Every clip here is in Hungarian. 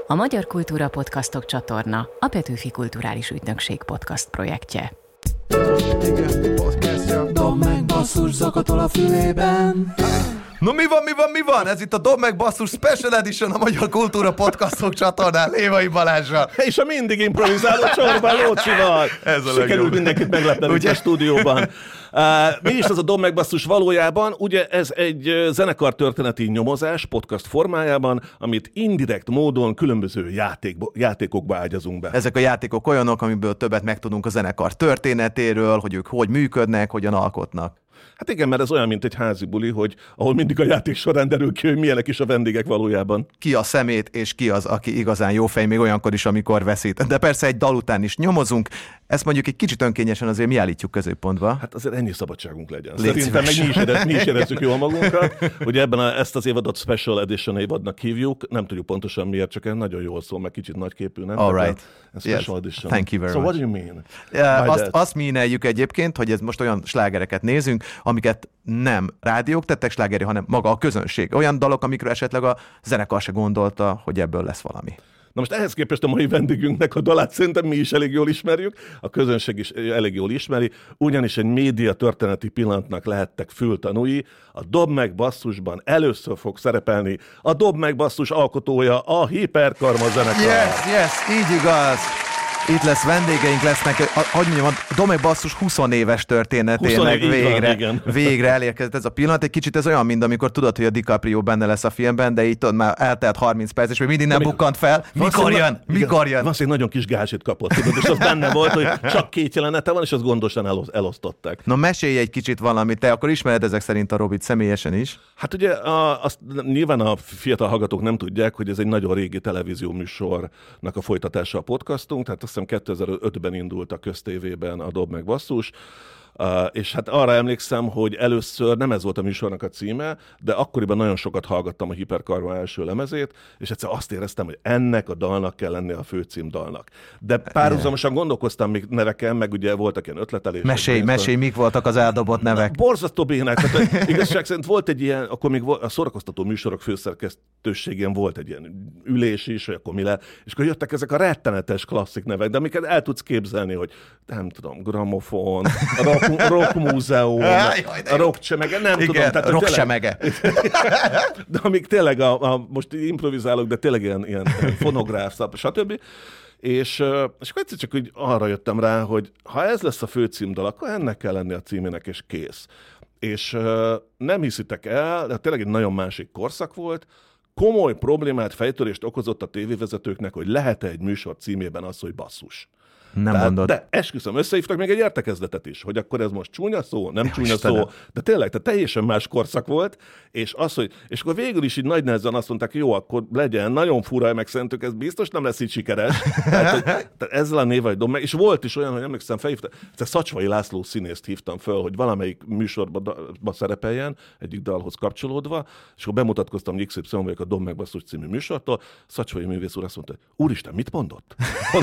A Magyar Kultúra Podcastok csatorna a Petőfi Kulturális Ügynökség podcast projektje. Dob meg basszus zakatol a fülében. No mi van? Ez itt a Dob meg basszus Special Edition a Magyar Kultúra Podcastok csatornán Lévai Balázsral. És a mindig improvizáló Csorba Lócsival. Sikerült mindenkit meglepni a stúdióban. Mi is az a Dob meg basszus valójában? Ugye ez egy zenekar történeti nyomozás podcast formájában, amit indirekt módon különböző játékokba ágyazunk be. Ezek a játékok olyanok, amiből többet megtudunk a zenekar történetéről, hogy ők hogy működnek, hogyan alkotnak. Hát igen, mert ez olyan, mint egy házi buli, ahol mindig a játék során derül ki, hogy milyenek is a vendégek valójában. Ki a szemét, és ki az, aki igazán jó fej, még olyankor is, amikor veszít. De persze egy dal után is nyomozunk. Ezt mondjuk egy kicsit önkényesen azért mi állítjuk középpontba. Hát azért ennyi szabadságunk legyen. Szerintem meg mi is érezzük jól magunkat, hogy ezt az évadot Special Edition évadnak hívjuk. Nem tudjuk pontosan miért, csak nagyon jól szól, meg kicsit nagyképű, nem? All right. Special Edition. Thank you very so much. What do you mean? Azt míneljük egyébként, hogy ez most olyan slágereket nézünk, amiket nem rádiók tettek slágeri, hanem maga a közönség. Olyan dalok, amikről esetleg a zenekar se gondolta, hogy ebből lesz valami. Na most ehhez képest a mai vendégünknek a dalát szerintem mi is elég jól ismerjük, a közönség is elég jól ismeri, ugyanis egy média történeti pillanatnak lehettek fültanúi. A Dob meg basszusban először fog szerepelni a Dob meg basszus alkotója, a Hiperkarma zenekar. Yes, így igaz. Itt vendégeink lesznek, hogy mondjam, a Dob meg basszus 20 éves történetének végre elérkezett ez a pillanat. Egy kicsit ez olyan, mint amikor tudod, hogy a DiCaprio benne lesz a filmben, de így tudod, már eltelt 30 perc, és még mindig nem bukkant fel. Mikor jön? Valószínűleg nagyon kis gázsit kapott, tudod, és az benne volt, hogy csak 2 jelenete van, és azt gondosan elosztották. Na mesélj egy kicsit valamit, te akkor ismered ezek szerint a Robit személyesen is? Hát ugye azt nyilván a fiatal hallgatók nem tudják, hogy ez egy nagyon régi televízió műsornak a folytatása a podcastunk, tehát azt hiszem 2005-ben indult a köztévében a Dob meg basszus, és hát arra emlékszem, hogy először nem ez volt a műsornak a címe, de akkoriban nagyon sokat hallgattam a Hiperkarma első lemezét, és egyszer azt éreztem, hogy ennek a dalnak kell lennie a főcímdalnak. De párhuzamosan gondolkoztam még neveken, meg ugye voltak ilyen ötletelések. Mesélj, mik voltak az eldobott nevek? Borzasztó bénák. Tehát igazság szerint volt egy ilyen, akkor még a szórakoztató műsorok főszerkesztőségén volt egy ilyen ülés is, hogy akkor mi le, és akkor jöttek ezek a rettenetes klasszik nevek, de amiket el tudsz képzelni, hogy nem tudom, Gramofon, Rockmúzeum, a Rockcsemege, nem tudom. Tehát, Rockcsemege. De amik tényleg, most improvizálok, de tényleg ilyen fonográf, stb. És akkor egyszer csak úgy arra jöttem rá, hogy ha ez lesz a főcímdal, akkor ennek kell lenni a címének, és kész. És nem hiszitek el, de tényleg egy nagyon másik korszak volt, komoly problémát, fejtörést okozott a tévévezetőknek, hogy lehet-e egy műsor címében az, hogy basszus. Nem mondod. De esküszöm, összehívtak még egy értekezletet is, hogy akkor ez most csúnya szó, nem csúnya szó, de tényleg, tehát teljesen más korszak volt, és akkor végül is így nagy nehezen azt mondták, hogy jó, akkor legyen, nagyon fura, meg szerintük ez biztos nem lesz így sikeres. Tehát ezzel a névvel Dob meg, és volt is olyan, hogy emlékszem, felhívtam, Szacsvai László színészt hívtam föl, hogy valamelyik műsorban szerepeljen, egyik dalhoz kapcsolódva, és akkor bemutatkoztam XY vagyok a Dob meg basszus című műsortól, Szacsvai művész úr azt mondta, úristen, mit mondott?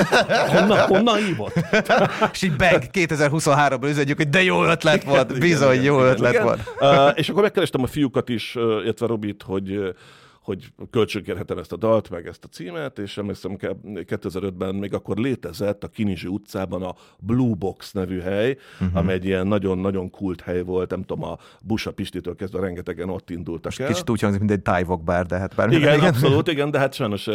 Honnan hívott? És így 2023-ban üzenjük, hogy de jó ötlet volt, bizony jó ötlet volt. És akkor megkerestem a fiúkat is, illetve Robit, hogy kölcsönkérhetem ezt a dalt, meg ezt a címet, és emlékszem 2005-ben még akkor létezett a Kinizsi utcában a Blue Box nevű hely, amely egy ilyen nagyon-nagyon kult hely volt, nem tudom, a Busa Pistitől kezdve rengetegen ott indultak el. Kicsit úgy hangzik, mint egy tájvok bár, de hát bármi. Igen, abszolút, igen, de hát sajnos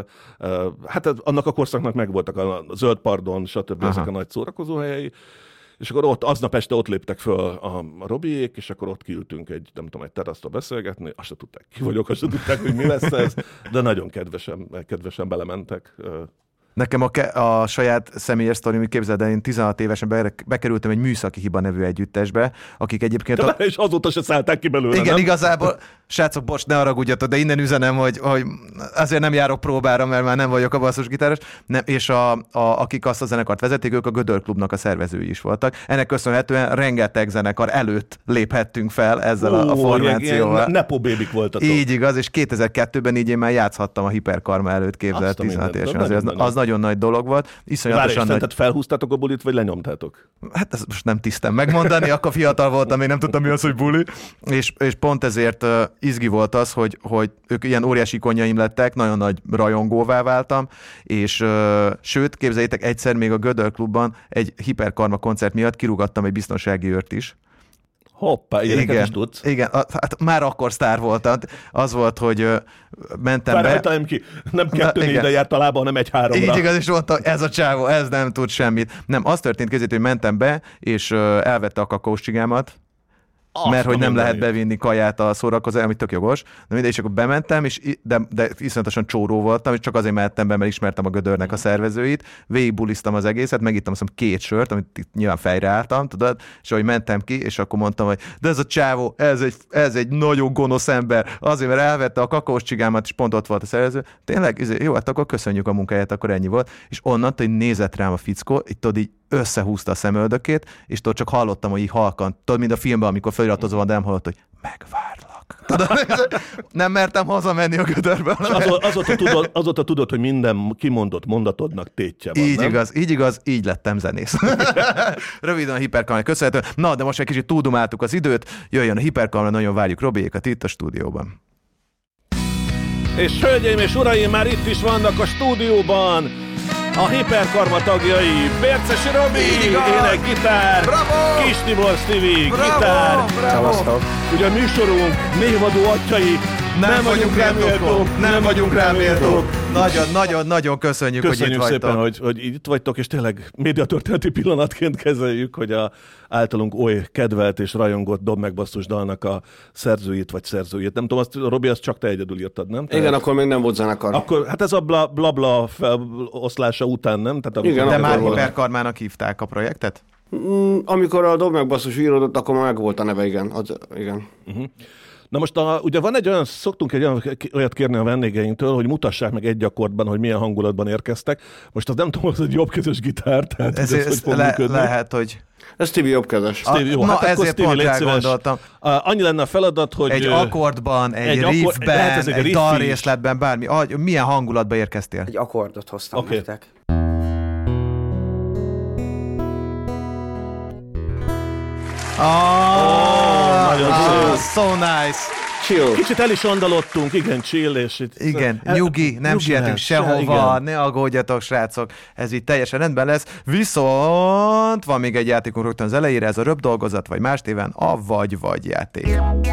hát annak a korszaknak megvoltak a Zöld Pardon, stb. Ezek a nagy szórakozóhelyei. És akkor aznap este ott léptek föl a Robiék, és akkor ott kiültünk egy teraszra beszélgetni, azt se tudták, ki vagyok, azt se tudták, hogy mi lesz ez, de nagyon kedvesen belementek. Nekem a saját személyes sztorim, hogy képzeld el, én 16 évesen bekerültem egy Műszaki Hiba nevű együttesbe, akik egyébként... És azóta se szállták ki belőle, igen, nem? Igazából, srácok, bocs, ne haragudjatok, de innen üzenem, hogy azért nem járok próbára, mert már nem vagyok a basszusgitáros, és akik azt a zenekart vezetik, ők a Gödör Klubnak a szervezői is voltak. Ennek köszönhetően rengeteg zenekar előtt léphettünk fel ezzel a formációval. Nepo bébik voltatok. Így igaz, és 2002-ben így én már játszhattam a Hiperkarma előtt, képzeld 16 évesen. Az nagyon nagy dolog volt. Iszonyatosan nagy... Tehát felhúztátok a bulit, vagy lenyomtátok? Hát ezt most nem tisztem megmondani, akkor fiatal voltam, még nem tudtam, mi az, hogy buli. És pont ezért izgi volt az, hogy ők ilyen óriási ikonjaim lettek, nagyon nagy rajongóvá váltam, és sőt, képzeljétek, egyszer még a Gödör Klubban egy Hiperkarma koncert miatt kirúgattam egy biztonsági őrt is. Hoppá, ilyeneket is tudsz? Igen, hát már akkor sztár voltam. Az volt, hogy mentem be. Nem 2-4 ide járt a lába, hanem 1-3-ra. Így igaz, és mondtam, ez a csávó, ez nem tud semmit. Nem, az történt között, hogy mentem be, és elvette a kakaós csigámat, mert hogy nem lehet bevinni kaját a szórakozásra, ami tök jogos. De mindegy, és akkor bementem, de iszonyatosan csóró voltam, és csak azért mehettem be, mert ismertem a Gödörnek a szervezőit. Végigbuliztam az egészet, megittam azt hiszem 2 sört, amit nyilván fejre álltam, tudod, és ahogy mentem ki, és akkor mondtam, hogy de ez a csávó, ez egy nagyon gonosz ember, azért, mert elvette a kakaós csigámat, és pont ott volt a szervező. Tényleg, jó, hát akkor köszönjük a munkáját, akkor ennyi volt. És onnantól, hogy nézett rám a fickó, így összehúzta a szemöldökét, és tudod, csak hallottam, hogy így halkan, tudod, mint a filmben, amikor feliratozó van, de nem hallott, hogy megvárlak. Tudod, nem mertem hazamenni a Gödörbe. Azóta tudod, hogy minden kimondott mondatodnak tétje van, Így igaz, így lettem zenész. Röviden a Hiperkamra köszönhető. Na, de most egy kicsit túldumáltuk az időt, jöjjön a Hiperkamra, nagyon várjuk Robiékat itt a stúdióban. És hölgyeim és uraim, már itt is vannak a stúdióban a Hiperkarma tagjai, Bércesi Robi, ének, gitár, bravo! Kis Tibor Stevie, gitár. Szevasztok. Ugye a műsorunk névadó atyai, nem vagyunk rá méltók. Nagyon köszönjük, hogy itt vagytok. Köszönjük szépen, hogy itt vagytok, és tényleg médiatörténeti pillanatként kezeljük, hogy a általunk oly kedvelt és rajongott Dob meg basszus dalnak a szerzőjét. Nem tudom, Robi, azt csak te egyedül írtad, nem? Igen, akkor még nem volt zenekar. Akkor, hát ez a blabla feloszlása után, nem? Tehát igen, de már Hiperkarmának hívták a projektet? Amikor a Dob meg basszus íródott, akkor már meg volt a neve, igen. Igen. Uh-huh. Na most ugye van szoktunk olyat kérni a vendégeinktől, hogy mutassák meg egy akkordban, hogy milyen hangulatban érkeztek. Most az nem tudom, hogy egy jobbkezes gitár, tehát ez hogy fog működni. Lehet, hogy... Ez Stevie jobbkezes. Jó, hát ezért Stevie, pont elgondoltam. Annyi lenne a feladat, hogy... Egy akkordban, egy riffben, egy dalrészletben, bármi. Milyen hangulatba érkeztél? Egy akkordot hoztam nektek. So nice. Chill. Kicsit el is andalottunk, igen, chill, és itt... Igen, nyugi, nem sietünk sehova, ne aggódjatok, srácok, ez így teljesen rendben lesz. Viszont van még egy játékunk rögtön az elejére, ez a röp dolgozat, vagy más néven a vagy-vagy játék.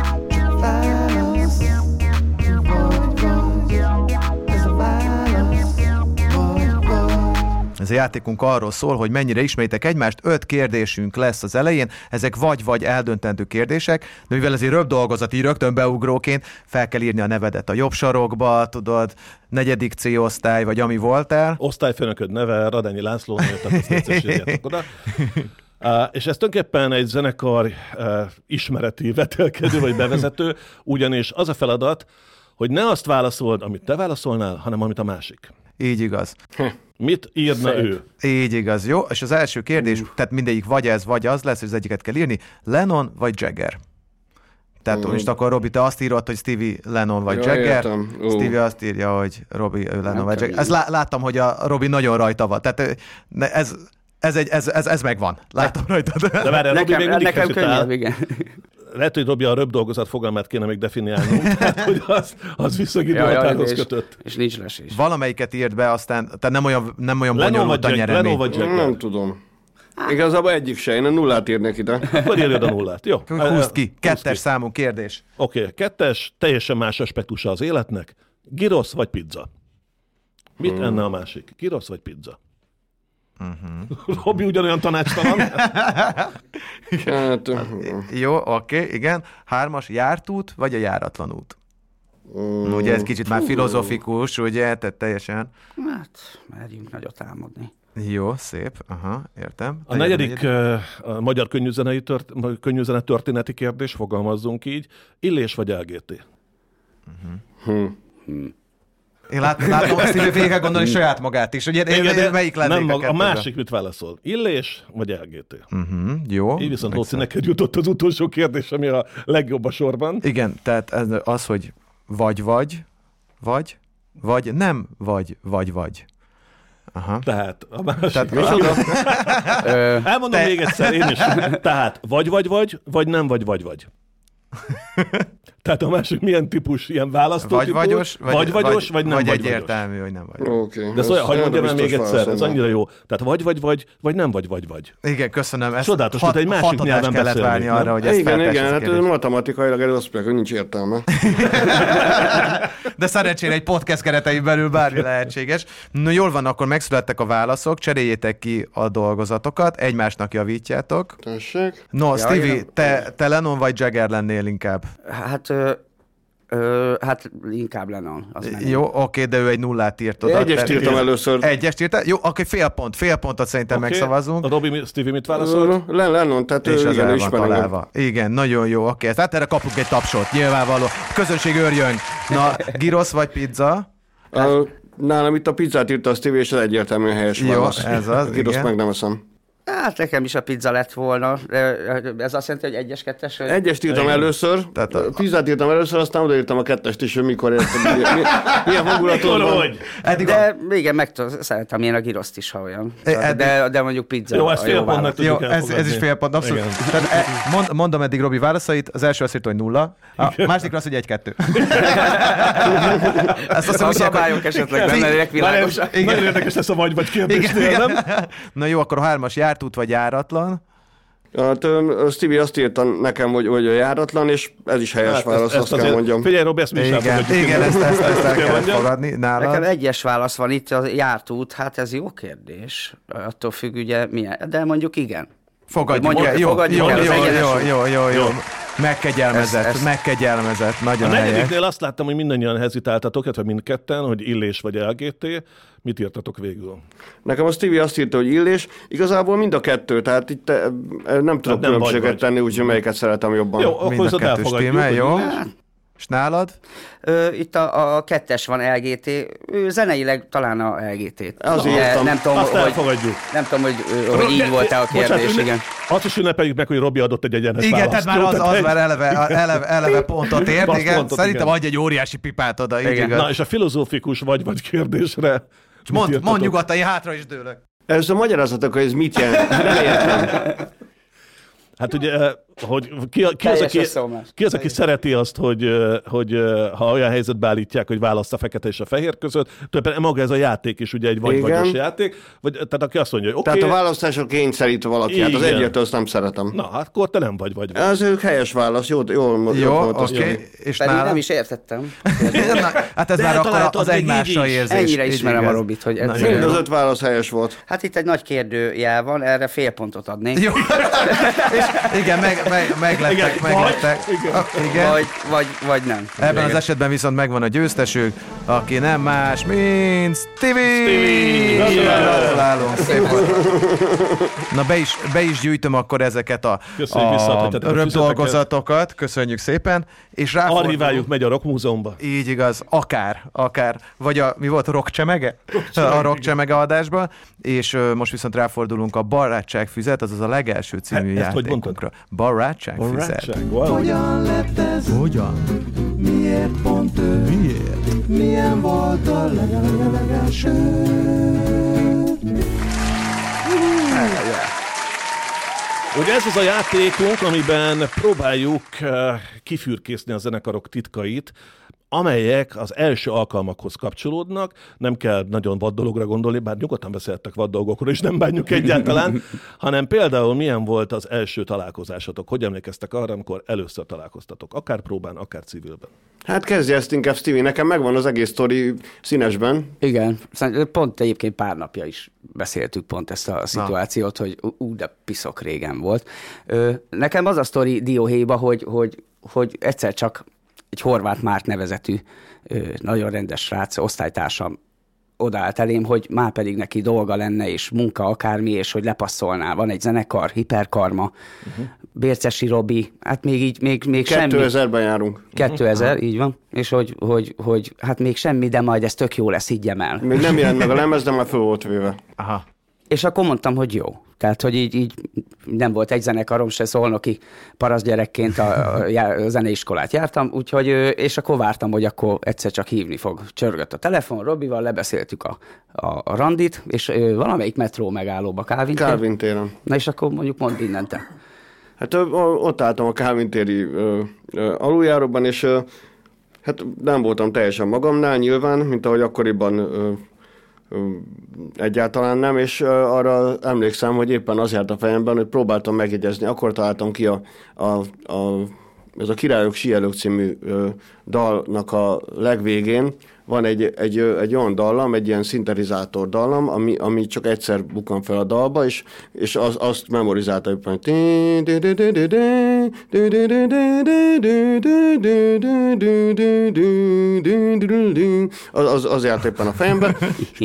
Ez a játékunk arról szól, hogy mennyire ismeritek egymást, 5 kérdésünk lesz az elején, ezek vagy-vagy eldöntendő kérdések, de mivel ez egy röp dolgozat, így rögtön beugróként fel kell írni a nevedet a jobb sarokba, tudod, 4. C-osztály, vagy ami voltál. Osztályfőnököd neve, Radányi László, tehát ezt írjátok oda. És ez tulajdonképpen egy zenekar ismereti vetélkedő, vagy bevezető, ugyanis az a feladat, hogy ne azt válaszold, amit te válaszolnál, hanem amit a másik. Így igaz. Mit írna ő? Így igaz, jó? És az első kérdés, tehát mindegyik vagy ez, vagy az lesz, hogy az egyiket kell írni, Lennon vagy Jagger? Tehát most akkor Robi, te azt írod, hogy Stevie Lennon vagy Jagger, Stevie azt írja, hogy Robi Lennon vagy Jagger. Ezt láttam, hogy a Robi nagyon rajta van. Tehát ez megvan. Láttam rajta. De várjál, Robi még mindig könnyebb, igen. Lehet, hogy Robi a röp dolgozat fogalmát kéne még definiálnunk, tehát hogy az visszagidő határhoz kötött. És nincs lesés. Valamelyiket írt be, aztán tehát nem olyan bonyolult a nyeremény. Lennon vagy Jagger? Nem tudom. Igazából egyik se, én a 0-át írnék ide. Akkor írjad a 0-át, jó? Húzd ki, 2. számú kérdés. Oké, 2, teljesen más aspektusa az életnek. Gyrosz vagy pizza? Mit enne a másik? Gyrosz vagy pizza? Robi ugyanolyan tanácstalan. Hát, jó, oké, igen. 3. jártút vagy a járatlan út? Ugye ez kicsit már filozofikus, ugye? Tehát teljesen. Hát, merjünk nagyot álmodni. Jó, szép. Aha, értem. A 4. a magyar könnyűzene történeti kérdés, fogalmazzunk így. Illés vagy LGT? Én látom azt, hogy végig gondolni saját magát is. Ugye, melyik lennék a másik mit válaszol? Illés vagy LGT? Jó. Így viszont Lóci, neked jutott az utolsó kérdés, ami a legjobb a sorban. Igen, tehát az, hogy vagy nem vagy. Aha. Tehát a másik... Tehát, elmondom még egyszer, én is. Tehát vagy nem vagy. Tehát a másik milyen típus, ilyen választó típus? Vagy nem vagy egyértelmű, hogy nem vagy. Okay. De szóval, hogy mondjam el még egyszer, ez annyira jó. Tehát vagy nem vagy. Igen, köszönöm. Ezt csodálatos, hogy egy másik nyelven kellett várni arra, hogy ezt igen, hát matematikailag ez azt mondják, hogy nincs értelme. De szerencsére egy podcast keretein belül bármi lehetséges. No, jól van, akkor megszülettek a válaszok, cseréljétek ki a dolgozatokat, egymásnak javítjátok. Tessék. No, Stevie, te Lennon vagy Jagger lennél inkább? Hát inkább Lennon. Jó, oké, de ő egy nullát írt oda. Egyest írtam először. Egyest írtál? Jó, oké, fél pontot szerintem megszavazunk. A Robi, Stevie mit válaszolt? Lennon, tehát és az el van találva. találva. Igen, nagyon jó, oké. Tehát erre kapunk egy tapsot, nyilvánvaló. Közönség őrjön. Na, gyrosz vagy pizza? Nálam itt a pizzát írta a Stevie, és ez egyértelműen helyes válasz. Jó, ez az, gyrosz igen. meg nem eszem. Hát nekem is a pizza lett volna. Ez azt jelenti, hogy 1-es, 2-es? Vagy... Egyest írtam először, pizzát írtam először, aztán odaírtam a 2-est is, hogy mikor értem. Milyen hangulatod van. De igen, szeretem én a giroszt is, ha olyan. De mondjuk pizza. Jó, ez fél pontnak tudjuk elfogadni. Ez is fél pont, abszolút. Tehát, mondom eddig Robi válaszait, az első azt írta, hogy 0, a másodikra az, hogy 1-2. A szabályok esetleg nem lennének világosak. Nagyon érdekes lesz a vagy kérdésnél, nem? Na jó, akkor a 3-as jártút vagy járatlan. Stevie azt írta nekem, hogy a járatlan, és ez is helyes válasz, azt kell mondjam. Figyelj, Robi, ezt mi is elfogadjuk. Igen, ezt el kellett fogadni nálad. Nekem 1-es válasz van itt, a jártút, hát ez jó kérdés. Attól függ ugye milyen, de mondjuk igen. Fogadjuk el, jó. Megkegyelmezett, nagyon helyes. A negyediknél azt láttam, hogy mindannyian hezitáltatok, illetve mindketten, hogy Illés vagy LGT. Mit írtatok végül? Nekem a Stevie azt írta, hogy Illés. Igazából mind a kettő, tehát itt nem tudok különbséget tenni, úgyhogy melyiket szeretem jobban. Jó, akkor mind a kettő stimmel, jó. És nálad? Itt a 2-es van LGT, ő zeneileg talán a LGT-t. Nem tudom, hogy így volt-e a kérdés, igen. Azt is ünnepeljük meg, hogy Robi adott egy egyenes választ. Igen, tehát már az már eleve pontot ért, igen. Szerintem adj egy óriási pipát oda. Na, és a filozófikus vagy kérdésre... Mondd nyugodtan, én hátra is dőlök. Ez a magyarázatok, hogy ez mit jelent? Nem értem. Hát ugye, hogy ki az, aki szereti azt, hogy ha olyan helyzetbe állítják, hogy választ a fekete és a fehér között, tulajdonképpen maga ez a játék is ugye egy vagy-vagyos játék, tehát aki azt mondja, hogy oké. Tehát a választások kényszerít valaki, hát az egyetől azt nem szeretem. Na, hát akkor te nem vagy. Ez ők helyes válasz, jó oké. És pedig nem is értettem. Hát ez már akkor az egymásra érzés. Ennyire ismerem a Robit, hogy ez... Mind az 5 válasz helyes volt. Hát itt egy nagy kérdőjel van, erre fél pontot adnék. Jó. Igen, meglettek. Igen. Vagy nem. Ebben az esetben viszont megvan a győztesünk, aki nem más, mint Stevie! Gratulálunk szépen. Na be is gyűjtöm akkor ezeket a röbb dolgozatokat. Köszönjük szépen. És archiváljuk, megy a Rock Múzeumba. Így igaz, akár. Vagy mi volt, Rockcsemege? A Rockcsemege adásban. És most viszont ráfordulunk a Barátságfüzet, azaz a legelső című játékunkra. Barátságfüzet. Hogyan lett ez? Hogyan? Miért pont ő? Miért? Milyen volt a legelső? Ugye ez az a játékunk, amiben próbáljuk kifürkészni a zenekarok titkait, amelyek az első alkalmakhoz kapcsolódnak, nem kell nagyon vad dologra gondolni, bár nyugodtan beszéltek vad dolgokról, és nem bánjuk egyáltalán, hanem például milyen volt az első találkozásatok, hogy emlékeztek arra, amikor először találkoztatok, akár próbán, akár civilben. Hát kezdje ezt inkább, Stevie, nekem megvan az egész sztori színesben. Igen, pont egyébként pár napja is beszéltük pont ezt a szituációt, hogy de piszok régen volt. Nekem az a sztori dióhéjba, hogy egyszer csak egy Horváth Márt nevezetű, nagyon rendes srác, osztálytársam odaállt elém, hogy már pedig neki dolga lenne, és munka akármi, és hogy lepasszolná. Van egy zenekar, Hiperkarma, Bércesi Robi, hát még semmi. 2000-ben járunk. 2000, így van. És hogy hát még semmi, de majd ez tök jó lesz, higgyem el. Még nem jelent meg a lemez, de már föl volt véve. Aha. És akkor mondtam, hogy jó. Tehát, hogy így nem volt egy zenekarom, se szolnoki parasztgyerekként a zeneiskolát jártam, úgyhogy, és akkor vártam, hogy akkor egyszer csak hívni fog. Csörgött a telefon, Robival, lebeszéltük a randit, és valamelyik metró megállóba, Kálvin téren. Na és akkor mondjuk mondd innen te. Hát ott álltam a Kálvin téri aluljáróban, és hát nem voltam teljesen magamnál nyilván, mint ahogy akkoriban egyáltalán nem, és arra emlékszem, hogy éppen az járt a fejemben, hogy próbáltam megjegyezni, akkor találtam ki ez a Királyok Síelők című dalnak a legvégén, van egy olyan dallam, egy ilyen szintetizátor dallam, ami csak egyszer bukkan fel a dalba, és azt memorizálta éppen, hogy az járt éppen a fejembe,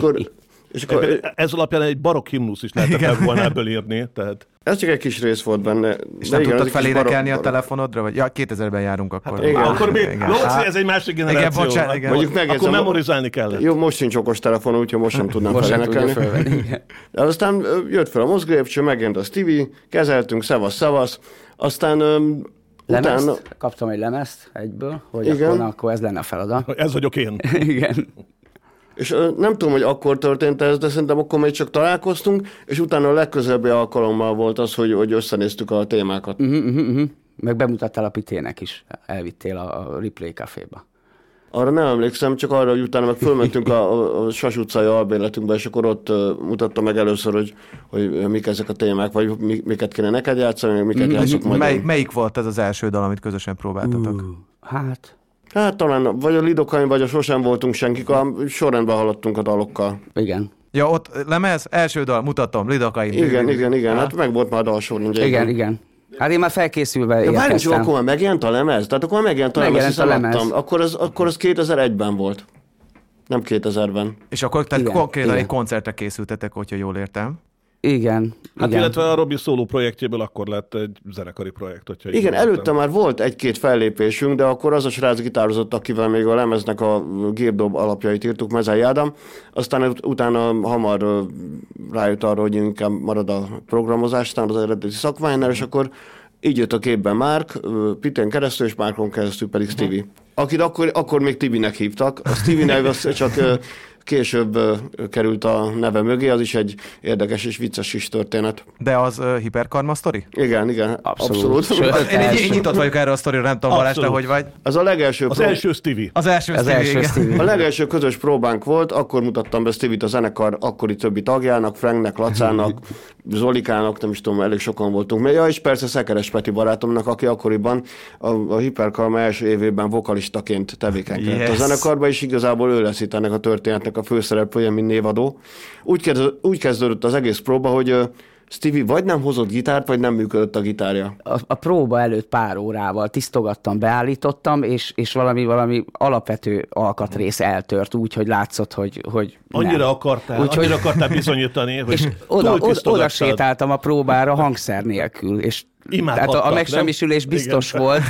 és akkor ez alapján egy barokk himnusz is lehetett volna ebből írni. Tehát. Ez csak egy kis rész volt benne. És nem tudtad felénekelni a telefonodra? Vagy 2000-ben járunk akkor. Hát igen. Akkor még, ez egy másik generáció. Igen. Akkor memorizálni kellett. Jó, most sincs okos telefon, úgyhogy most sem tudnám felénekelni. De aztán jött fel a mozglépcső, megjelent a Stevie, kezeltünk, szevasz. Aztán utána... Kaptam egy lemezt egyből, hogy akkor ez lenne a feladat. Ez vagyok én. Igen. És nem tudom, hogy akkor történt ez, de szerintem akkor még csak találkoztunk, és utána a legközelebbi alkalommal volt az, hogy összenéztük a témákat. Meg bemutattál a Pitének is, elvittél a Replay Caféba. Arra nem emlékszem, csak arra, hogy utána meg fölmentünk a Sas utcai albérletünkbe, és akkor ott mutatta meg először, hogy mik ezek a témák, vagy miket kéne neked játszani, miket játszok majd. Melyik volt ez az első dal, amit közösen próbáltatok? Hát talán vagy a Lidokain, vagy a Sosem voltunk senkik, sorrendben haladtunk a dalokkal. Igen. Ja, ott lemez, első dal, mutatom, Lidokain. Igen, hát meg volt már a dalsor. Igen. Hát én már felkészülve érkeztem. Várjunk, akkor már megjelent a lemez? Tehát akkor már megjelent a lemez, hiszen adtam. Akkor az 2001-ben volt. Nem 2000-ben. És akkor konkrétan egy koncertre készültetek, hogyha jól értem. Igen. Illetve a Robi szóló projektjéből akkor lett egy zenekari projekt. Hogyha igen, előtte már volt egy-két fellépésünk, de akkor az a srác gitározott, akivel még a lemeznek a gépdob alapjait írtuk, Mezei Ádám. Aztán utána hamar rájött arra, hogy inkább marad a programozás, aztán az eredeti szakmánynál, és akkor így jött a képben Márk, Pitén keresztül, és Márkon keresztül pedig Stevie. Akit akkor még Tibinek hívtak. A Stevie nev az csak később került a neve mögé, az is egy érdekes és vicces is történet. De az hiperkarma sztori? Igen, abszolút. Én nyitott vagyok erre a sztorira, nem tudom, Balázs, te hogy vagy? Az a legelső... Az első Stevie. Az első Stevie. A legelső közös próbánk volt, akkor mutattam be Stevie-t a zenekar akkori többi tagjának, Franknek, Lacának, Zolikának, nem is tudom, elég sokan voltunk. Ja, és persze Szekeres Peti barátomnak, aki akkoriban a hiperkarma első évében vokalistaként tevékenykedett a zenekarban, és igazából ő lesz itt ennek a történetnek a főszereplője, mint névadó. Úgy kezdődött az egész próba, hogy Stevie vagy nem hozott gitárt, vagy nem működött a gitárja. A próba előtt pár órával tisztogattam, beállítottam, és valami alapvető alkatrész eltört úgy, hogy látszott, hogy annyira akartál bizonyítani, hogy és oda sétáltam a próbára hangszer nélkül, és tehát a megsemmisülés biztos volt,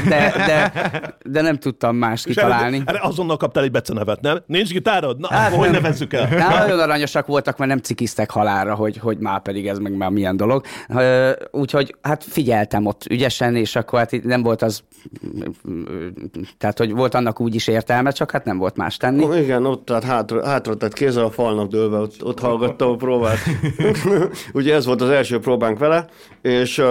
de nem tudtam mást kitalálni. Erre azonnal kaptál egy becenevet, nem? Nincs gitárod? Na, akkor hogy nevezzük el? Nagyon aranyosak voltak, mert nem cikiztek halálra, hogy már pedig ez meg már milyen dolog. Úgyhogy hát figyeltem ott ügyesen, és akkor hát nem volt az, tehát hogy volt annak úgy is értelme, csak hát nem volt más tenni. Igen, ott tehát hátra tett kézzel a falnak dőlve, ott hallgattam a próbát. Ugye ez volt az első próbánk vele, és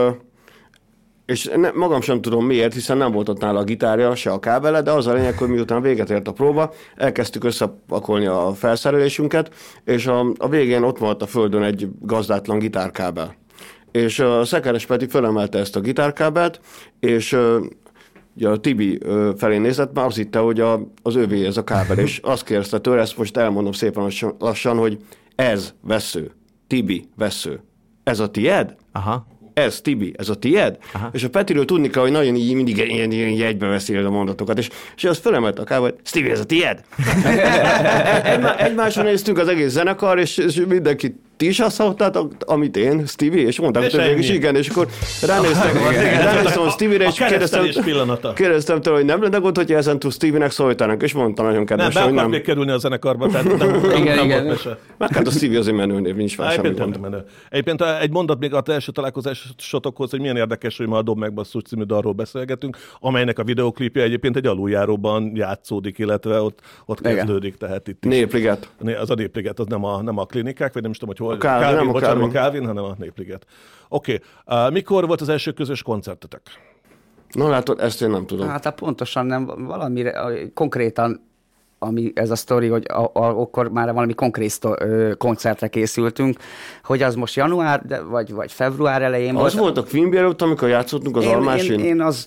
magam sem tudom miért, hiszen nem volt ott nála a gitárja, se a kábele, de az a lényeg, hogy miután véget ért a próba, elkezdtük összepakolni a felszerelésünket, és a végén ott volt a földön egy gazdátlan gitárkábel. És a Szekeres Peti fölemelte ezt a gitárkábelt, és ugye a Tibi felé nézett, már azt hitte, hogy az övé ez a kábel, és azt kérdezte tőle, ezt most elmondom szépen lassan, hogy ez vessző, Tibi vessző, ez a tied? Aha. Ez, Tibi, ez a tied? Aha. És a Petiről tudni kell, hogy nagyon így mindig ilyen jegybe beszél a mondatokat, és az felemelte a kábelt, Stevie, ez a tied? Egymásra néztünk az egész zenekar, és mindenki ti is azt hallottátok, amit én, Stevie, és mondták, hogy mégis igen, és akkor ránéztem a Stevie-re, és kérdeztem tőle, hogy nem lenne gond, hogyha ezen túl Stevie-nek szólítanak, és mondta nagyon kedvesen, hogy nem. Be kerülni a zenekarba, tehát nem volt mese. Meg hát a Stevie azért menőnév, nincs fel semmi gond. Egyébként egy mondat még az első találkozásotokhoz, hogy milyen érdekes, hogy ma a Dob meg Basszus című dalról beszélgetünk, amelynek a videoklipje egyébként egy aluljáróban játszódik, illetve ott kezdődik, tehát itt is. Népliget. Az a Népliget, az nem a klinikák, vagy nem is tudom, hogy hol. A Calvin, hanem a Népliget. Oké. Mikor volt az első közös koncertetek? Na látod, ezt én nem tudom. Hát pontosan nem, valamire konkrétan, ami ez a sztori, hogy akkor már valami konkrét koncertre készültünk, hogy az most január, vagy február elején az volt a Quimby előtt, amikor játszottunk az Almásin? Én azt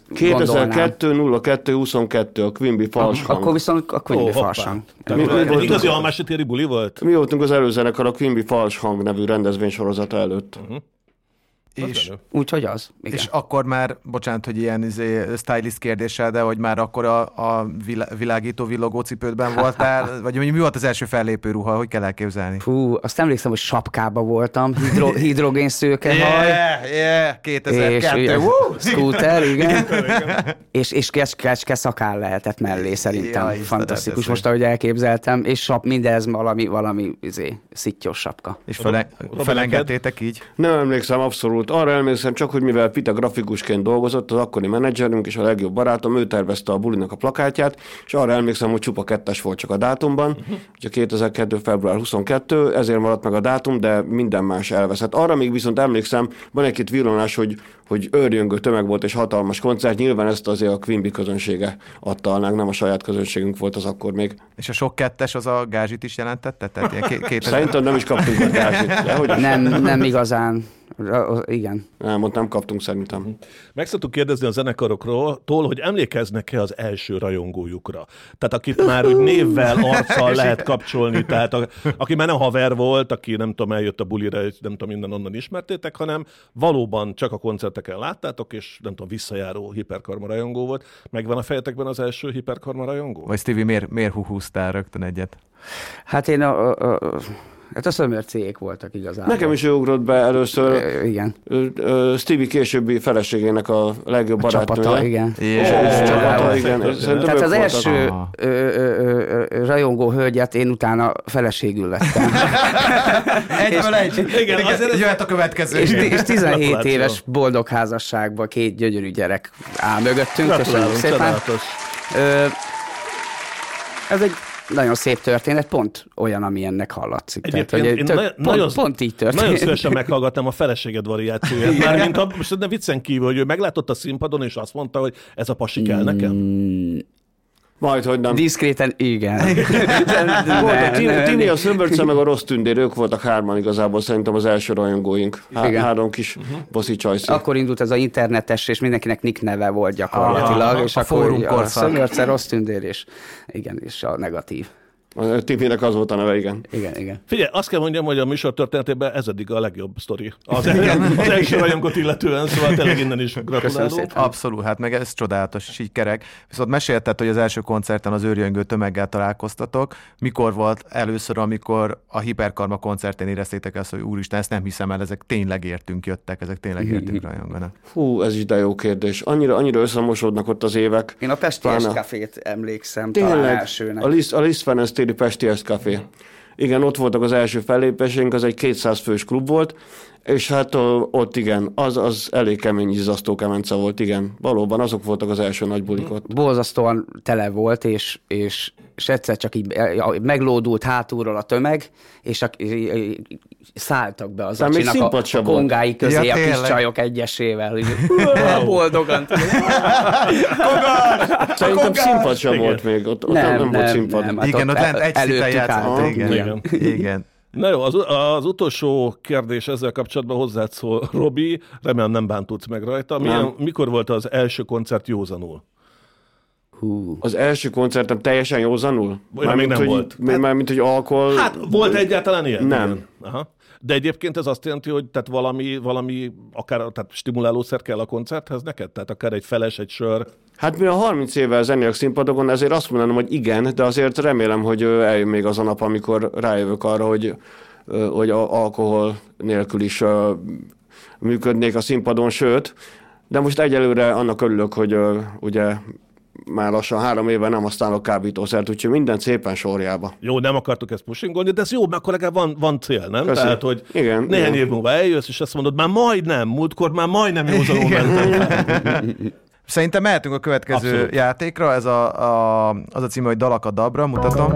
2002-02 a Quimby Falshang. Akkor viszont a Quimby Falshang. Igazi Almási téri buli volt? Mi voltunk az előzenekar a Quimby Falshang nevű rendezvénysorozata előtt. És, úgyhogy az. Igen. És akkor már, bocsánat, hogy ilyen stylist kérdéssel, de hogy már akkor a világító villogó cipődben voltál, vagy mi volt az első fellépő ruha, hogy kell elképzelni? Fú, azt emlékszem, hogy sapkába voltam, hidrogén szőkehaj. 2002. Scooter, igen. és kecske szakál lehetett mellé, szerintem. Jaj, fantasztikus, most ahogy elképzeltem, és mindez valami szittyos sapka. És felengedtétek így? Nem emlékszem abszolút. Arra emlékszem csak, hogy mivel Pita grafikusként dolgozott, az akkori menedzserünk és a legjobb barátom, ő tervezte a bulinak a plakátját, és arra emlékszem, hogy csupa 2-es volt csak a dátumban, ugye 2002. február 22, ezért maradt meg a dátum, de minden más elveszett. Arra még viszont emlékszem, van egy-két villanás, hogy őrjöngő tömeg volt és hatalmas koncert, nyilván ezt azért a Quimby közönsége adta, nem a saját közönségünk volt az akkor még. És a sok 2-es az a gázsit is jelentette? Tehát ilyen Szerintem nem is kaptunk a gázsit. Nem igazán. Igen. Nem kaptunk szerintem. Meg szoktuk kérdezni a zenekarokról, hogy emlékeznek-e az első rajongójukra. Tehát akit már úgy névvel, arccal lehet kapcsolni, tehát aki már nem haver volt, aki nem tudom, eljött a bulira, és nem tudom, minden onnan ismertétek, hanem valóban csak a koncerteken láttátok, és nem tudom, visszajáró hiperkarma rajongó volt. Megvan a fejetekben az első hiperkarma rajongó? Vagy Stevie, miért húztál rögtön egyet? Hát én Hát a szömörcék voltak igazából. Nekem is ő ugrott be először. Igen. Stevie későbbi feleségének a legjobb barátnője. Csapata, igen. Csapata, igen. Tehát az első rajongó hölgyet én utána feleségül lettem. Egyből egy. Igen, azért jöhet a következő. És 17 éves boldog házasságban 2 gyönyörű gyerek áll mögöttünk. Köszönjük szépen. Ez egy nagyon szép történet, pont olyan, ami ennek hallatszik. Pont így történt. Nagyon szívesen meghallgatnám a feleséged variációját. Mármint most ne viccen kívül, hogy ő meglátott a színpadon, és azt mondta, hogy ez a pasi kell nekem. Majd, hogy nem. Diszkréten, igen. Tini, a Szömbörce, meg a Rossz Tündér, ők voltak 3 igazából szerintem az első rajongóink. 3 kis boszi csajszi. Akkor indult ez a internetes, és mindenkinek nick neve volt gyakorlatilag, és akkor a Szömbörce, Rossz Tündér, és a negatív. A Timinek az volt a neve, igen. Igen. Figyelj, azt kell mondjam, hogy a műsor történetében ez eddig a legjobb sztori. Az első rajongot illetően, szóval tényleg innen is gratulálok. Abszolút, hát meg ez csodálatos, és így kerek. Viszont mesélted, hogy az első koncerten az őrjöngő tömeggel találkoztatok. Mikor volt először, amikor a Hiperkarma koncerten éreztétek azt, hogy úristen, ezt nem hiszem el, ezek tényleg értünk jöttek, ezek tényleg értünk rajonganak. Hú, ez is de jó kérdés. Annyira összemosódnak ott az évek. Én a Pesti Cafét emlékszem talán elsőnek. A Liszt Pesti Café. Igen, ott voltak az első fellépésünk, az egy 200 fős klub volt, és hát ott igen, az elég kemény izzasztó kemence volt, igen. Valóban azok voltak az első nagy bulik ott. Borzasztóan tele volt, és egyszer csak így meglódult hátulról a tömeg, és szálltak be az acsinak a kongái közé a kis csajok egyesével. Boldogan. Szerintem színpad sem volt még, ott nem volt színpad. Igen, ott lent egy szinten játszott. Igen. Na jó, az utolsó kérdés ezzel kapcsolatban hozzád szól, Robi, remélem nem bántudsz meg rajta. Mikor volt az első koncert józanul? Az első koncertem teljesen józanul? Még nem volt. Mármint, hogy alkohol... Hát volt egyáltalán ilyen? Nem. Aha. De egyébként ez azt jelenti, hogy tehát valami akár tehát stimulálószer kell a koncerthez neked? Tehát akár egy feles, egy sör? Hát mi a 30 évvel zenélek színpadokon, ezért azt mondanom, hogy igen, de azért remélem, hogy eljön még az a nap, amikor rájövök arra, hogy hogy alkohol nélkül is működnék a színpadon, sőt, de most egyelőre annak örülök, hogy ugye már lassan 3 éve nem használok kábítószert, úgyhogy minden szépen sorjába. Jó, nem akartuk ezt pushingolni, de ez jó, mert akkor legalább van cél, nem? Köszönöm. Tehát, hogy igen, néhány év múlva eljössz, és azt mondod, már majdnem, múltkor már majdnem józanul mentem. Szerintem mehetünk a következő Abszolút. játékra, ez az a címe, hogy Dalak a Dabra, mutatom.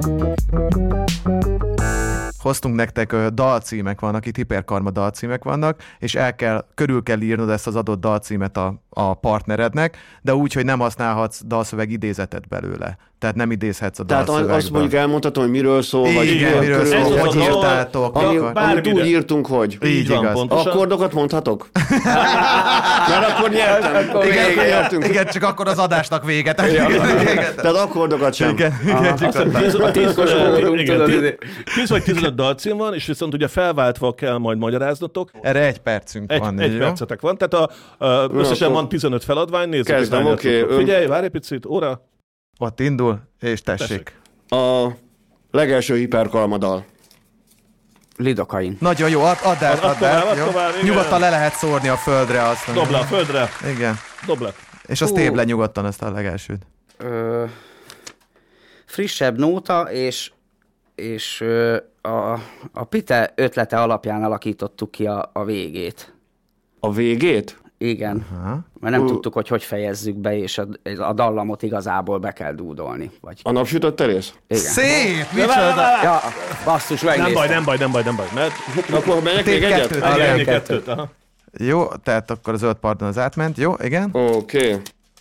Hoztunk nektek dalcímek vannak, itt hiperkarma dalcímek vannak, és körül kell írnod ezt az adott dalcímet a partnerednek, de úgy, hogy nem használhatsz dalszöveg idézetet belőle. Tehát nem idézhetsz a dalszövegből. Tehát azt mondjuk elmondhatom, hogy miről szól, vagy igen, miről szól, Ez hogy az írtátok. amit úgy írtunk, hogy. Így van, igaz. pontosan. Akkordokat mondhatok? Mert akkor nyertem. Igen, csak akkor az adásnak véget. Tehát akkordokat sem. Igen. A titkos kódunk, tudod, 10 vagy 15 dalcím van, és viszont ugye felváltva kell majd magyaráznotok. Erre 1 percünk van. Egy jó? percetek van, tehát összesen van 15 feladvány, nézzük. Kezdem, hogy oké. hányat tudtok. Figyelj, várj egy picit, óra. Ott indul, és tessék. A legelső hiperkalmadal. Lidokain. Nagyon jó, add át. Jó? tovább, igen. Nyugodtan le lehet szórni a földre azt. Dob le a földre, Igen. dob le. És azt tép le nyugodtan azt a legelsőt. Frissebb nóta, és a Pite ötlete alapján alakítottuk ki a végét. A végét? Igen, Aha. mert nem tudtuk, hogy fejezzük be, és a dallamot igazából be kell dúdolni. Vagy... A napsütött terész? Igen. Szép! Micsoda! Ja, basszus, megnéztem. Nem baj. Mert Akkor megyek még Tép egyet? kettőt. elérni kettőt. kettőt. Aha. Jó, tehát akkor a zöld pardon az átment. Jó, igen. Oké.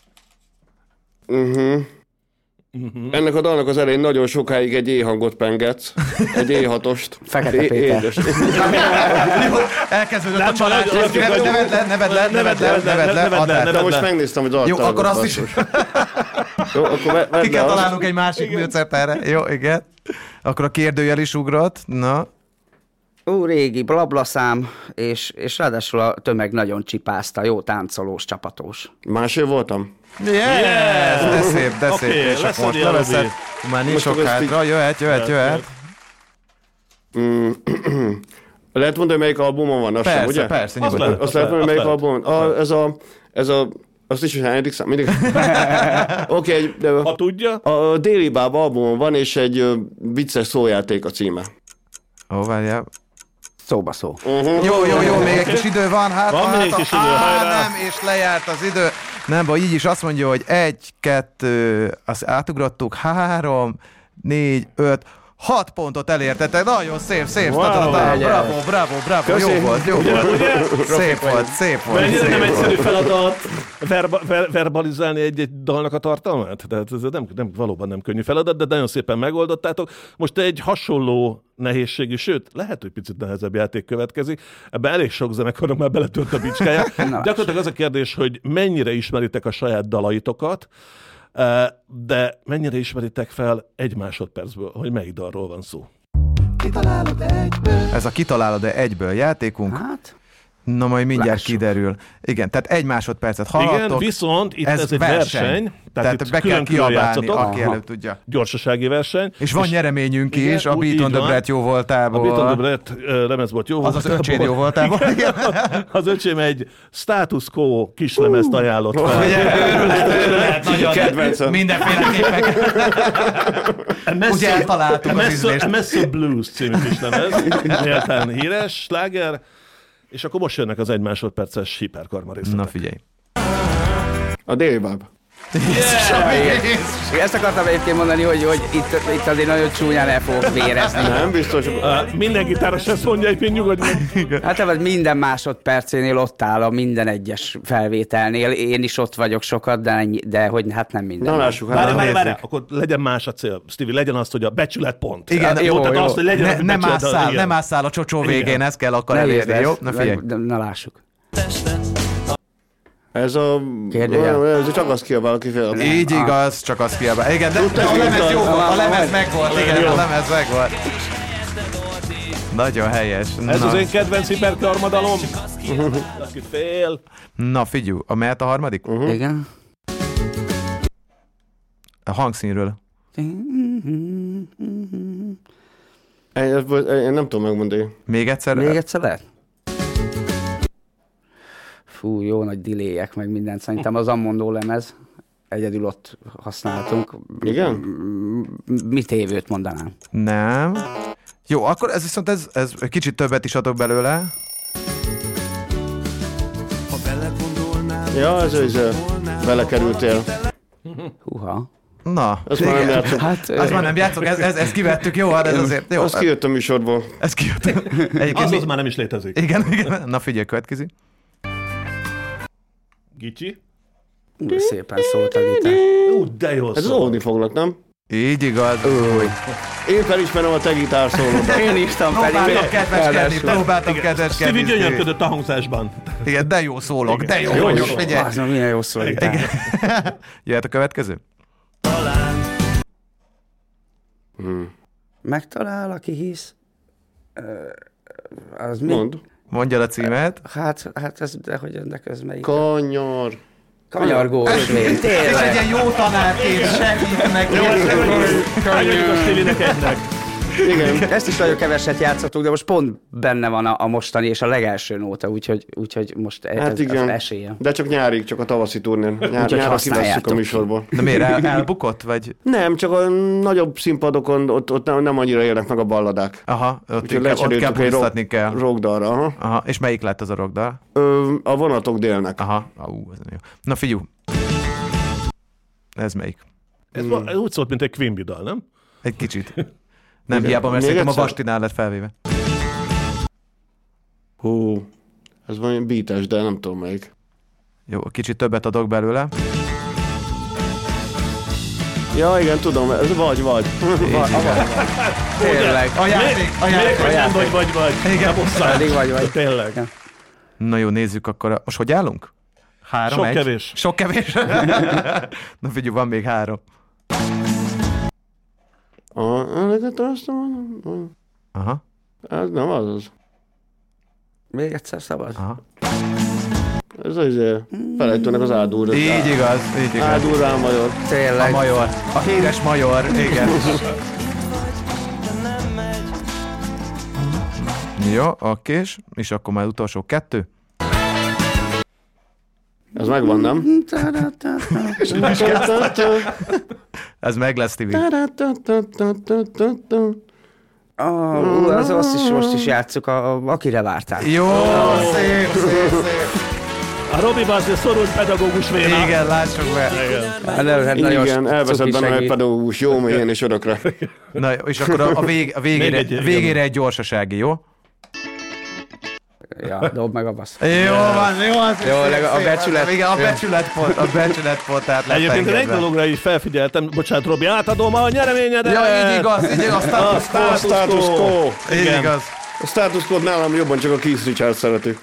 Ennek a dalnak az elején nagyon sokáig egy E-hangot pengetsz. Egy E6-ost. Fekete Péter. Édes. Elkezdődött a család. Neved le. De most megnéztem, hogy dalt. Jó, akkor azt is. Jó, akkor Ki kell találnunk egy másik műcert erre. Jó, igen. Akkor a kérdőjel is ugrott. Na. Régi blablaszám, és ráadásul a tömeg nagyon csipázta, jó táncolós, csapatós. Másért voltam? Yes! De szép, de szép. Oké, És lesz akkor most egy ilyen leveszed. Robi. Már nincs Most sok akkor ezt hátra. Jöhet. Lehet mondani, melyik albumon van, az sem, ugye? Persze, Az nyugodtan. lehet. Azt lehet mondani, melyik albumon? Ez a azt is, hogy hányadik szám? Mindig? Oké, Ha tudja, a Déli Bába albumon van, és egy vicces szójáték a címe. Ó, várjál. Szóba szó. Jó, még egy kis idő van. Van még egy kis idő, hajrá. Nem, és lejárt az idő. Nem baj, így is azt mondja, hogy 1, 2, azt átugrottuk, 3, 4, 5, 6 pontot elértetek. Nagyon szép. Wow. Bravo. Jó volt. Szép volt. mennyire nem egyszerű feladat verbalizálni egy dalnak a tartalmát? Tehát ez valóban nem könnyű feladat, de nagyon szépen megoldottátok. Most egy hasonló nehézségű, sőt, lehet, hogy picit nehezebb játék következik. Ebben elég sok zenekarnak már beletört a bicskája. Gyakorlatilag az a kérdés, hogy mennyire ismeritek a saját dalaitokat, de mennyire ismeritek fel 1 másodpercből, hogy melyik dalról van szó? Ez a kitalálod-e egyből játékunk. Hát, Na, majd mindjárt lássuk. kiderül. Igen, tehát 1 másodpercet hallhattok. Igen, viszont itt ez egy verseny. Tehát itt be kell kiabálni, játszotok. aki előbb tudja. Gyorsasági verseny. És van nyereményünk igen, is, a úgy Beat on így the van. Breath jó A voltából. Beat on the Breath lemezbolt jó Az öcséd jó voltából. Igen. Az öcsém egy status quo kislemezt ajánlott fel. Kedvencem. Mindenféleképpen. Ugye eltaláltuk az ízlést. Messze Blues című kislemez. Méltán híres sláger. És akkor most jönnek az 1 másodperces hiperkarma részletek. Na figyelj. A Déli Bába. ezt akartam egyébként mondani, hogy itt azért nagyon csúnyán el fogok vérezni. Nem, biztos. Minden gitáros ezt mondja, hogy nyugodj meg. Hát ez minden másodpercénél ott áll a minden egyes felvételnél. Én is ott vagyok sokat, de hogy hát nem minden. Na lássuk. Várj, akkor legyen más a cél. Stevie, legyen azt, hogy a becsületpont. Igen, jó, Tehát jó. azt, hogy legyen Nem ásszál a csocsó végén, Igen. ezt kell akkor Ne elérni, nézd jó? ezt. Na figyelj. Na lássuk. Ez a... Kérdőjel. Ez csak azt kiabál, aki fél. Így igaz, csak azt kiabál. Igen, de a lemez jó volt, a lemez megvolt, igen, a lemez megvolt. Nagyon helyes. Ez Na. az én kedvenc hiperkarmadalom. Aki fél. Na figyelj, mehet a harmadik? Igen. A hangszínről. Én nem tudom megmondani. Még egyszer? Még egyszer lehet? Fú, jó nagy delayek, meg mindent. Szerintem az Ammondó lemez. Egyedül ott használtunk. Igen? Mit évőt mondanám? Nem. Jó, akkor ez viszont ez kicsit többet is adok belőle. Ja, ez belekerültél. Húha. Na, Ezt már nem játszok. Hát, azt már nem játszok, ezt kivettük, jó, hát ez azért, jó. Azt kijött a műsorból. Ez kijött. Az már nem is létezik. Igen. Na figyelj, következik. Gicsi? szépen szólt a gitár. De jó Ez óvni foglak, nem? Így igaz. Én felismerem a te gitárszólót. Én írtam pedig. Próbáltam kedveskedni. Stevie gyönyörködött a hangzásban. Igen, de jó szólok, de jó vagyok, figyelj. Az milyen jó szól a gitár. Jöhet a következő? Megtalál, aki hisz. Az mi? Mond. Mondjad a címet. Hát ez, de hogy ennek ez melyik? Kanyar. Kanyargó ösvény, És egy tényleg. ilyen jó tanárként segít meg. Eljöttük a Stevie-nek egynek. Igen. Ezt is nagyon keveset játszottuk, de most pont benne van a mostani és a legelső nóta, úgyhogy most Hát ez igen. esélye. De csak nyárig, csak a tavaszi turnén. Nyárra használjátok kivesszük a ki. műsorból. De miért elbukott, vagy? Nem, csak a nagyobb színpadokon ott nem annyira élnek meg a balladák. Aha, ott Úgyhogy kell lecseréltük egy bújtatni kell. rockdalra. Aha. Aha, és melyik lett az a rockdal? A vonatok délnek. Aha, ez jó. Na figyú. Ez melyik? Ez úgy szólt, mint egy Quimby dal, nem? Egy kicsit. Nem Igen. hiába, mert Még szerintem a egyszer? vastinál lett felvéve. Hú, ez valami beates, de nem tudom melyik. Jó, kicsit többet adok belőle. Ja, igen, tudom, ez vagy. Tényleg. A játék. Még nem vagy. Igen. Pedig vagy. Tényleg. Na jó, nézzük akkor. Most hogy állunk? 3-1? Sok kevés. Sok kevés? Na figyelj, van még 3. Aha. Ez nem az. Még egyszer szabad? Aha. Ez az felejtőnek az áldúr. Így igaz. Áldúr rámajor. A Tényleg. major. A híres major, igen. Jó, okés. És akkor már utolsó 2. Ez megvan, nem? Ez meg lesz, Tibi. Azt is most is játsszuk, akire vártál. Jó, szép. A Robiba azért szorult pedagógus véna. Igen, lássuk be. Igen, elveszett benne egy pedagógus jó mélyen és örökre. Na, és akkor a végére egy gyorsasági, jó? Ja, dob meg a bassz. Jó van. Jó, a becsület. Igen, a becsületpont, tehát lett Egyébként én egy engedve. dologra is felfigyeltem, bocsánat, Robi, átadom a nyereményedet! Ja, így igaz, a Status quo. így igaz. A status quo nálam jobban csak a Keith Richards szeretik.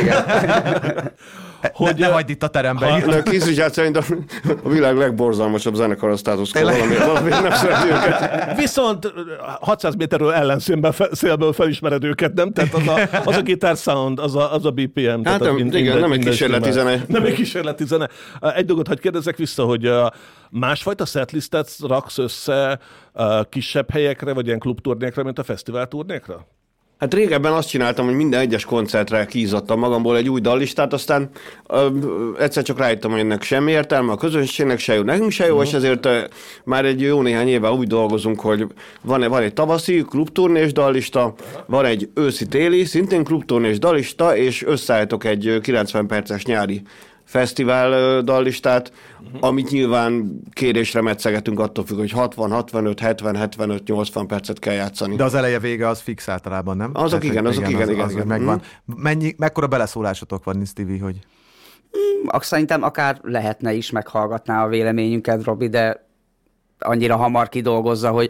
Hogy ne hagyd itt a teremben. De a Keith Richards szerint a világ legborzalmasabb zenekar a status quo. Valami nem szereti őket. Viszont 600 méterről ellenszélből felismered őket, nem? Tehát az a guitar sound, az a BPM. Hát nem egy kísérleti zene. Nem egy kísérleti zene. Egy dolgot hadd kérdezzek vissza, hogy másfajta setlistet raksz össze kisebb helyekre, vagy ilyen klubturnékra, mint a fesztiválturnékra? Hát régebben azt csináltam, hogy minden egyes koncertre kiizzadtam magamból egy új dallistát, aztán egyszer csak rájöttem, hogy ennek semmi értelme, a közönségnek se jó, nekünk se jó, és ezért már egy jó néhány éve úgy dolgozunk, hogy van egy tavaszi klubturnés dallista, van egy őszi-téli, szintén klubturnés dallista, és összeállítok egy 90 perces nyári fesztivál dallistát, amit nyilván kérésre metszegetünk attól függ, hogy 60, 65, 70, 75, 80 percet kell játszani. De az eleje vége az fix általában, nem? Azok Tehát, igen, azok igen. Az megvan. Mekkora beleszólásotok van, Stevie, hogy... Szerintem akár lehetne is, meghallgatná a véleményünket, Robi, de annyira hamar kidolgozza, hogy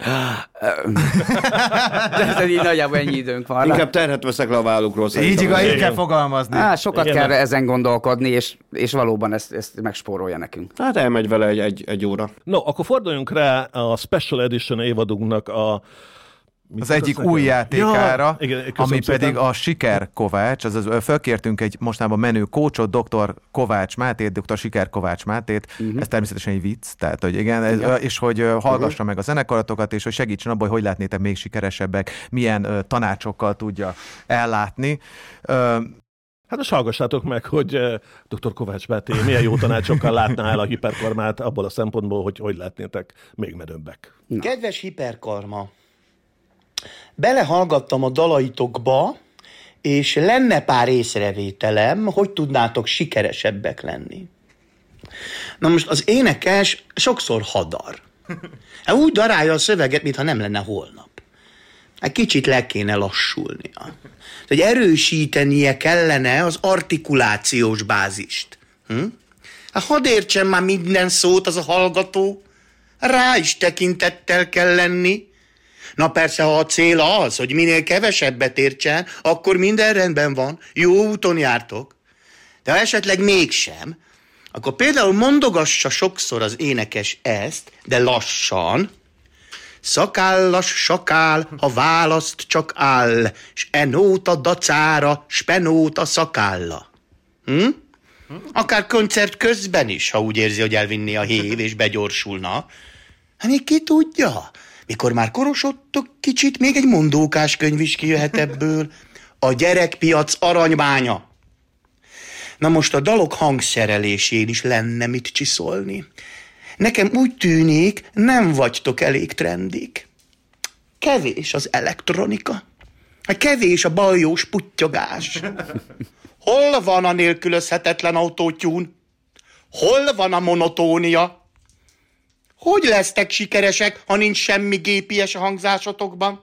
de így nagyjából ennyi időnk van. Inkább terhet veszek le a vállukról. Így igaz, így kell fogalmazni. Sokat kell ezen gondolkodni, és valóban ezt megspórolja nekünk. Hát elmegy vele egy óra. No, akkor forduljunk rá a Special Edition évadunknak a az egyik új játékára, igen, ami szépen. pedig a Siker Kovács, azaz fölkértünk egy mostanában menő kócsot, dr. Kovács Mátét, dr. Siker Kovács Mátét, ez természetesen egy vicc, tehát hogy igen, és hogy hallgassa meg a zenekaratokat, és hogy segítsen abban, hogy lehetnétek még sikeresebbek, milyen tanácsokkal tudja ellátni. Hát most hallgassátok meg, hogy dr. Kovács Máté milyen jó tanácsokkal látná el a hiperkarmát abból a szempontból, hogy lehetnétek még menőbbek. Kedves hiperkarma, belehallgattam a dalaitokba, és lenne pár észrevételem, hogy tudnátok sikeresebbek lenni. Na most az énekes sokszor hadar. Hát úgy darálja a szöveget, mintha nem lenne holnap. Hát kicsit le kéne lassulnia. Hogy erősítenie kellene az artikulációs bázist. Hát hadd értsen már minden szót az a hallgató. Rá is tekintettel kell lenni. Na persze, ha a cél az, hogy minél kevesebbet értsen, akkor minden rendben van, jó úton jártok. De ha esetleg mégsem, akkor például mondogassa sokszor az énekes ezt, de lassan. Szakállas sakál, ha választ csak áll, s enóta dacára, spenóta szakálla. Akár koncert közben is, ha úgy érzi, hogy elvinni a hév, és begyorsulna. Hát még ki tudja? Mikor már korosodtok kicsit, még egy mondókás könyv is kijöhet ebből. A gyerekpiac aranybánya. Na most a dalok hangszerelésén is lenne mit csiszolni. Nekem úgy tűnik, nem vagytok elég trendik. Kevés az elektronika. Kevés a baljós puttyogás. Hol van a nélkülözhetetlen autótyún? Hol van a monotónia? Hogy lesztek sikeresek, ha nincs semmi gépies a hangzásotokban?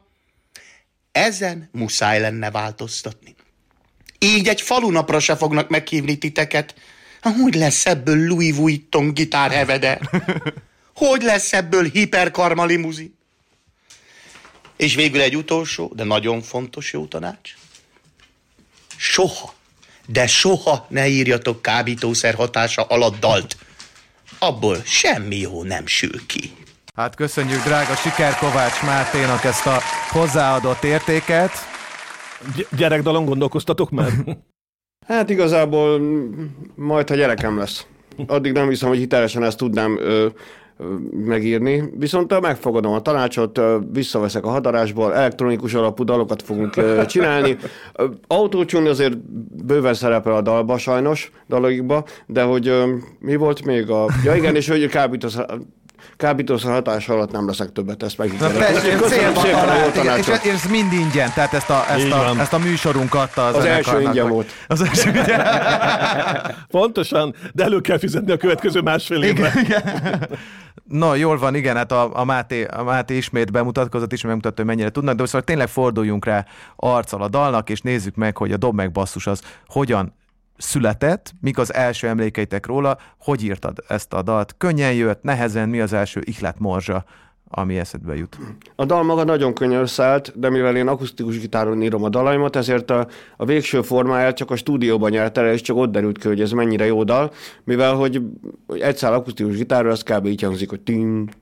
Ezen muszáj lenne változtatni. Így egy falunapra se fognak meghívni titeket. Hogy lesz ebből Louis Vuitton gitárhevede? Hogy lesz ebből hiperkarma limuzin? És végül egy utolsó, de nagyon fontos jó tanács. Soha, de soha ne írjatok kábítószer hatása alatt dalt. Abból semmi jó nem sül ki. Hát köszönjük drága Siker Kovács Máténak ezt a hozzáadott értéket. Gyerekdalon gondolkoztatok már? Hát igazából majd, ha gyerekem lesz. Addig nem hiszem, hogy hitelesen ezt tudnám megírni. Viszont megfogadom a tanácsot, visszaveszek a hadarásból, elektronikus alapú dalokat fogunk csinálni. Autótune azért bőven szerepel a dalba sajnos, dalokba, de hogy mi volt még a... Ja igen, és hogy kábítószer hatás alatt nem leszek többet, ezt megígérem. Köszönöm szépen a jó tanácsot. És ez mind ingyen, tehát ezt a műsorunk adta az első ingyen volt. Az első ingyen. Pontosan, de elő kell fizetni a következő másfél évben. No, jól van, igen, hát a Máté ismét bemutatkozott, ismét megmutatta, hogy mennyire tudnak, de szóval tényleg forduljunk rá arccal a dalnak, és nézzük meg, hogy a Dob meg basszus az hogyan született, mik az első emlékeitek róla, hogy írtad ezt a dalt, könnyen jött, nehezen, mi az első ihletmorzsa, ami eszedbe jut? A dal maga nagyon könnyen összeállt, de mivel én akusztikus gitáron írom a dalaimat, ezért a végső formáját csak a stúdióban nyert el, és csak ott derült ki, hogy ez mennyire jó dal, mivel hogy egy szál akusztikus gitárról az kb. Így hangzik, hogy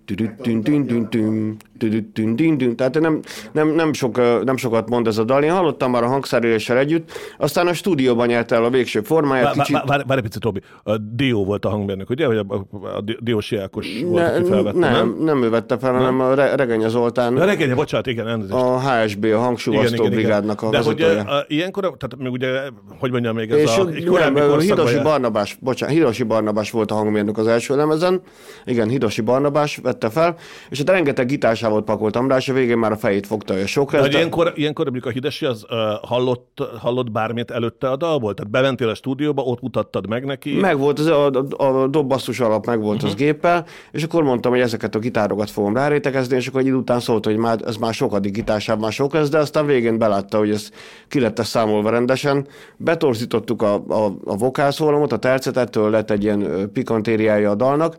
tehát nem sokat mond ez a dal. Én hallottam már a hangszereléssel együtt, aztán a stúdióban nyert el a végső formáját. Várj egy picit, Robi. A Dió volt a hangmérnök, ugye? Hogy a Diósi Ákos volt, aki felvette, nem ő vette fel, hanem a Regenye Zoltán. A Regenye, bocsánat, igen, elnézést. A HSB, a hangsúlyoztó brigádnak a vezetője. De hogy ilyenkor, tehát még ugye, hogy mondjam még ez a korábbi korszakban... Hiroshi Barnabás volt a hangmérnök az első lemezen. Igen, Hiroshi Barnabás vette fel, és hát rengeteg gitársávot pakoltam rá, és a végén már a fejét fogta, hogy sok lesz. Ilyenkor mondjuk a Hideshi az hallott bármit előtte a dalból? Tehát bementél a stúdióba, ott mutattad meg neki? Megvolt, a dobbasszus alap megvolt az géppel, és akkor mondtam, hogy ezeket a gitárokat fogom rárétekezni, és akkor egy idő után szólt, hogy ez már sokadik gitársáv, már sok lesz, de aztán végén belátta, hogy ez ki lett számolva rendesen. Betorzítottuk a vokálszólamot, a tercet, ettől lett egy ilyen pikantériája a dalnak.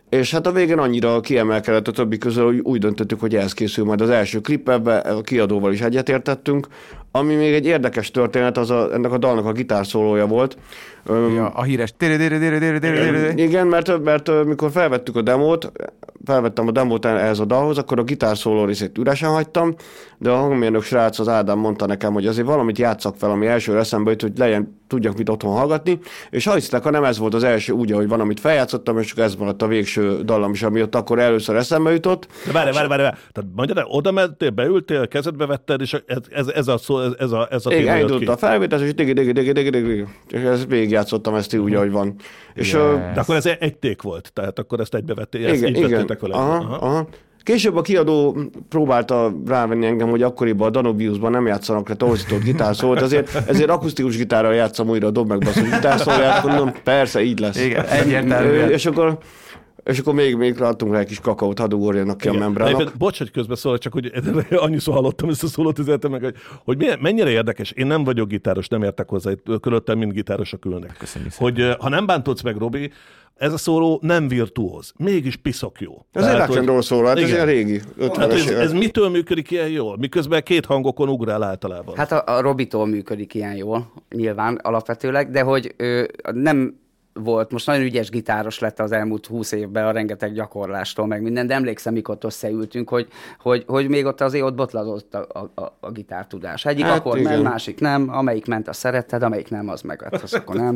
És hát a végén annyira kiemelkedett a többi közül, hogy úgy döntöttük, hogy ehhez készül majd az első klip, ebbe a kiadóval is egyetértettünk. Ami még egy érdekes történet, ennek a dalnak a gitárszólója volt. Ja, a híres... Igen, mert mikor felvettem a demót ehhez a dalhoz, akkor a gitárszóló részét üresen hagytam, de a hangmérnök srác, az Ádám mondta nekem, hogy azért valamit játsszak fel, ami első eszembe jut, hogy tudjak mit otthon hallgatni, és ha hisztek, ha nem ez volt az első, úgy, ahogy van, amit feljátszottam, és ez maradt a végső dallam is, ami ott akkor először eszembe jutott. De várj. Tehát magyarán oda mentél, beültél, kezedbe vetted, és ez a téma jött ki. Igen, elindult a felvétel, és digi, és ezt végigjátszottam ezt úgy, ahogy van. És, de akkor ez egy ték volt, tehát akkor ezt egybevettél, ezt így vettétek vele. Aha. Később a kiadó próbálta rávenni engem, hogy akkoriban a Danubiusban nem játszanak le torzított gitárszót, ezért akusztikus gitárral játszom újra a dobmegbasszus gitárszólját, mondom, persze, így lesz. Igen, egyértelműen. És akkor még láttunk rá egy kis kakaót, hadd ugorjanak ki a membrának. Bocs, hogy közbeszól, csak hogy annyiszor hallottam ezt a szólót, üzenetem meg, hogy mennyire érdekes. Én nem vagyok gitáros, nem értek hozzá, körülöttem mind gitárosok ülnek. Köszönjük. Hogy ha nem bántodsz meg, Robi, ez a szóló nem virtuóz, mégis piszok jó. Ez egy rock and roll szóló, hát ez ilyen régi. Ez mitől működik ilyen jól? Miközben két hangokon ugrál általában. Hát a Robitól működik ilyen jól, nyilván alapvetőleg, de hogy nem volt, most nagyon ügyes gitáros lett az elmúlt 20 évben a rengeteg gyakorlástól, meg minden, de emlékszem, mikor ott összeültünk, hogy még ott azért ott botlazott a gitártudás. Egyik hát akkor ment, másik nem, amelyik ment, azt szeretted, amelyik nem, az meg az akkor nem.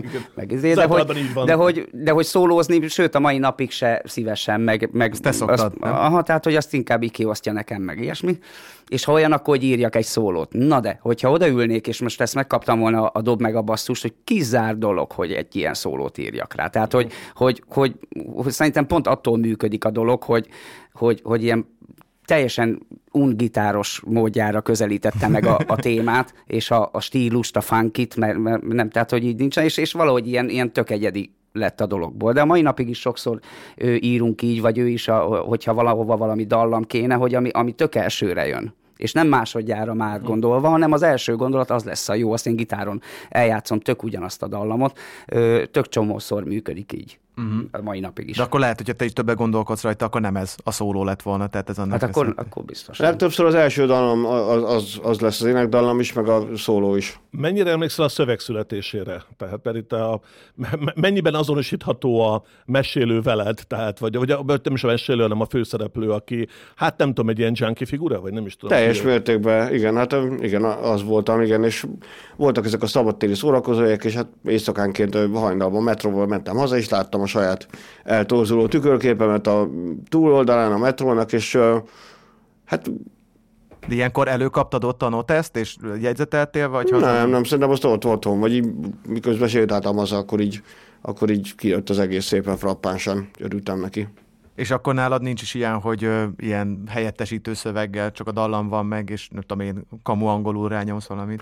De hogy szólózni, sőt a mai napig se szívesen, meg te szoktad, tehát hogy azt inkább így kiosztja nekem, meg ilyesmi. És ha olyan, akkor hogy írjak egy szólót. Na de, hogyha odaülnék, és most ezt megkaptam volna a dob meg a basszust, hogy kizár dolog, hogy egy ilyen szólót írjak rá. Tehát, hogy szerintem pont attól működik a dolog, hogy ilyen teljesen ungitáros módjára közelítette meg a témát, és a stílust, a funkit, mert nem, tehát, hogy így nincsen, és valahogy ilyen tök egyedi lett a dologból. De a mai napig is sokszor írunk így, vagy ő is, hogyha valahova valami dallam kéne, hogy ami tök elsőre jön. És nem másodjára már gondolva, hanem az első gondolat az lesz a jó, azt én gitáron eljátszom tök ugyanazt a dallamot, tök csomószor működik így. A mai napig is. De akkor lehet, hogyha te is többet gondolkodsz rajta, akkor nem ez a szóló lett volna, tehát ez annak. Hát akkor biztos. Legtöbbször az első dallam az lesz az énekdallam is, meg a szóló is. Mennyire emlékszel a szöveg születésére? Tehát mert itt mennyiben azonosítható a mesélő veled, tehát vagy nem is a mesélő, hanem a főszereplő, aki, hát nem tudom, egy ilyen junkie figura, vagy nem is tudom. Teljes mértékben, igen, hát igen, az voltam, igen, és voltak ezek a szabadtéri szórakozók, és hát éjszakánként hajnalban metróval mentem haza, és láttam a saját eltorzuló tükörképemet a túloldalán a metrónak, és hát... De ilyenkor előkaptad ott a noteszt, és jegyzeteltél, vagy... Nem, szerintem azt ott otthon, vagy így, miközben sétáltam haza, akkor így kijött az egész szépen frappánsan, örültem neki. És akkor nálad nincs is ilyen, hogy ilyen helyettesítő szöveggel csak a dallam van meg, és nem tudom én, kamu angolul rányomsz valamit?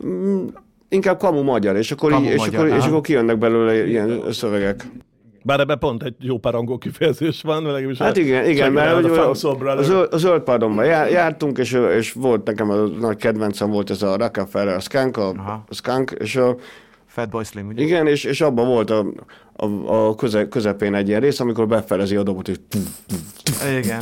Inkább kamu magyar, és akkor kijönnek belőle ilyen szövegek. Bár ebben pont egy jó pár angol kifejezés van. Hát igen, mert a Zöld Pardonban jártunk, és volt nekem a nagy kedvencem volt ez a Rockefeller Skunk, a Skunk, és Fatboy Slim, ugye? Igen, és abban volt a közepén egy ilyen rész, amikor befelezi a dobot, és... Igen.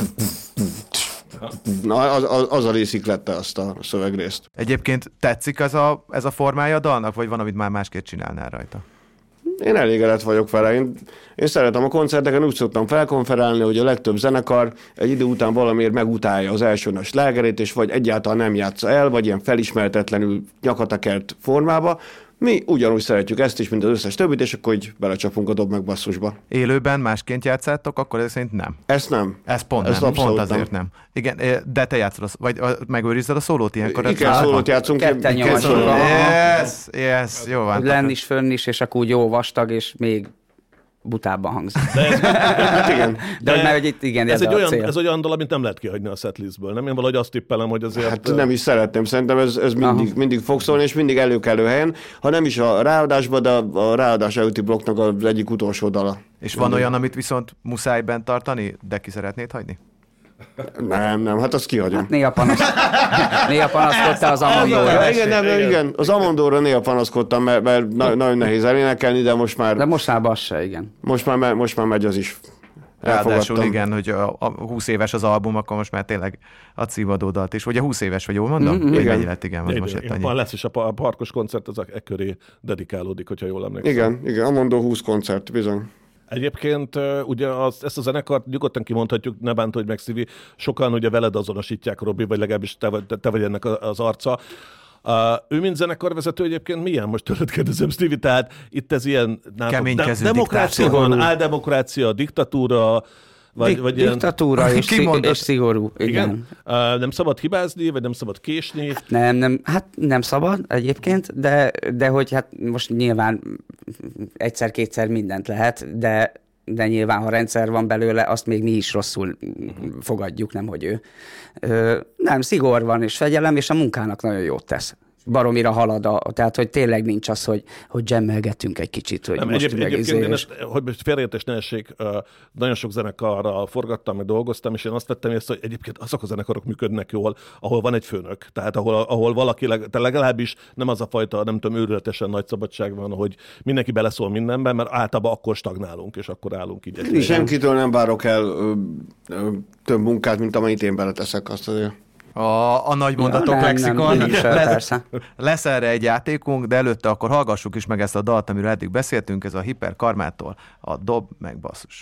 Na, az a rész iklette azt a szövegrészt. Egyébként tetszik ez a formája a dalnak, vagy van, amit már másképp csinálnál rajta? Én elégedett vagyok vele. Én szeretem a koncerteken, úgy szoktam felkonferálni, hogy a legtöbb zenekar egy idő után valamiért megutálja az első slágerét, és vagy egyáltalán nem játsza el, vagy ilyen felismertetlenül nyakatakert formába. Mi ugyanúgy szeretjük ezt is, mint az összes többit, és akkor így belecsapunk a dob meg basszusba. Élőben másként játszátok, akkor ez szerint nem? Ezt nem. Ez pont azért nem. Igen, de te játszol, vagy megőrized a szólót ilyenkor? Igen, szólót játszunk. Ketten nyomásunk. Yes, jó van. Lenn is, fönn is, és akkor úgy jó vastag, és még butábban hangzik. Hát igen. Ez olyan dal, amit nem lehet kihagyni a setlistből. Nem? Én valahogy azt tippelem, hogy azért... Hát nem is szeretném. Szerintem ez mindig fog szólni, és mindig előkelő helyen. Ha nem is a ráadásban, de a ráadás előtti blokknak az egyik utolsó dala. És van olyan, amit viszont muszáj bent tartani, de ki szeretnéd hagyni? Nem, hát azt kihagyom. Hát néha panaszkodtál az Amondóra. Igen, az Amondóra néha panaszkodtam, mert nagyon nehéz elénekelni, de most már... De most már bassz se, igen. Most már megy az is. Ráadásul igen, hogy a 20 éves az album, akkor most már tényleg a címadódalt is. Ugye 20 éves vagy, jól mondom? Igen. Lett, igen, hogy most lett annyi. Lesz is a parkos koncert, az köré dedikálódik, hogyha jól emlékszem. Igen, Amondó 20 koncert, bizony. Egyébként ugye ezt a zenekart nyugodtan kimondhatjuk, ne bánt, hogy megszívi. Sokan ugye veled azonosítják, Robi, vagy legalábbis te vagy ennek az arca. Ő mint zenekarvezető egyébként milyen? Most tőled kérdezem, Stevie, tehát itt ez ilyen demokrácia van, áldemokrácia, diktatúra, vagy diktatúra és szigorú. Igen. Nem szabad hibázni, vagy nem szabad késni? Nem szabad egyébként, de hogy hát most nyilván egyszer-kétszer mindent lehet, de nyilván, ha rendszer van belőle, azt még mi is rosszul fogadjuk, nem hogy ő. Nem, szigor van és fegyelem, és a munkának nagyon jót tesz. Baromira halad, tehát hogy tényleg nincs az, hogy dzsemmelgetünk egy kicsit. Hogy nem, most egyébként hogy félreértés ne essék, nagyon sok zenekarral forgattam, meg dolgoztam, és én azt vettem észre, hogy egyébként azok a zenekarok működnek jól, ahol van egy főnök. Tehát ahol valaki, legalábbis nem az a fajta, nem tudom, őrületesen nagy szabadság van, hogy mindenki beleszól mindenben, mert általában akkor stagnálunk, és akkor állunk így. Én senkitől nem várok el több munkát, mint amennyit én beleteszek, azt azért. A nagy mondatok lexikon. Lesz erre egy játékunk, de előtte akkor hallgassuk is meg ezt a dalt, amiről eddig beszéltünk, ez a Hiper Karmától, a Dob meg basszus.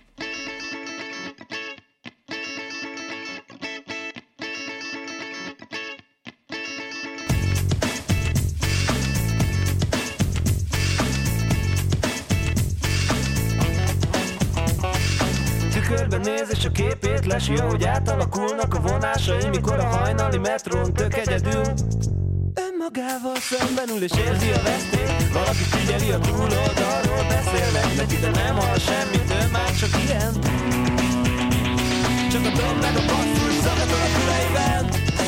Tükörben néz és a képét lesi, ahogy átalakulnak a vonásai, mikor a hajnali metrón tök egyedül önmagával szemben ül és érzi a vesztét. Valaki figyeli a túloldalról, beszélnek neki, de nem hall semmit, ő már csak ilyen. Csak a dom meg a basszus zakatol a füleiben.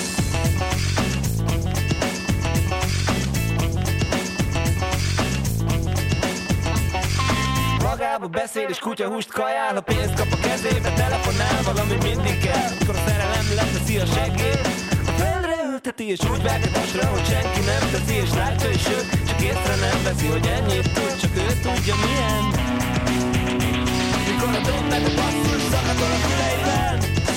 Magába beszél és kutyahúst kajál, ha pénzt kap a kezébe, telefonál, valami mindig kell. Mikor a szerelem leteszi a seggét, a földre ülteti és úgy vágyatasra, hogy senki nem teszi, és látja is őt, csak észre nem veszi, hogy ennyit tud, csak ő tudja milyen. Mikor a dom meg a basszus zakatol a füleiben.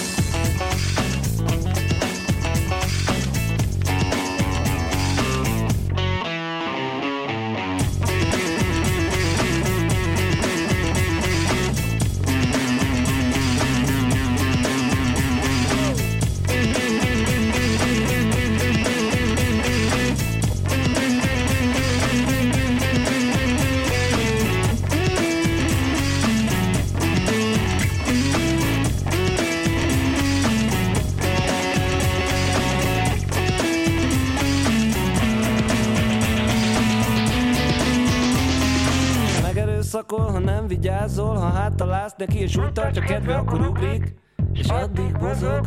Ha nem vigyázol, ha háttalálsz neki és úgy tartja kedve, akkor ugrik, és addig bozog,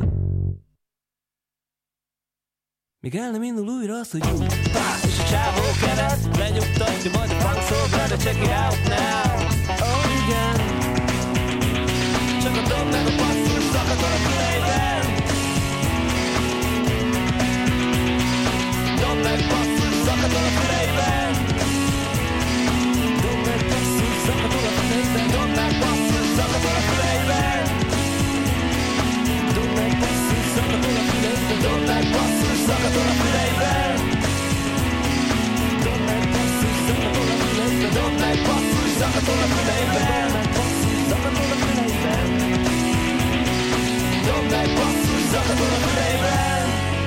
míg el nem indul újra az, hogy úgy pász, és a csávó keret lenyugtatja majd a funk soul brother, check it out now. Oh igen, csak a dob meg a basszus zakatol a füleiben. Dob meg basszus zakatol a füleiben. Dob meg basszus zakatol a füleiben. Dob meg basszus zakatol a füleiben. Dob meg basszus zakatol a füleiben. Dob meg basszus zakatol a füleiben. Dob meg basszus zakatol a füleiben. Dob meg basszus zakatol a füleiben. Dob meg basszus zakatol a füleiben.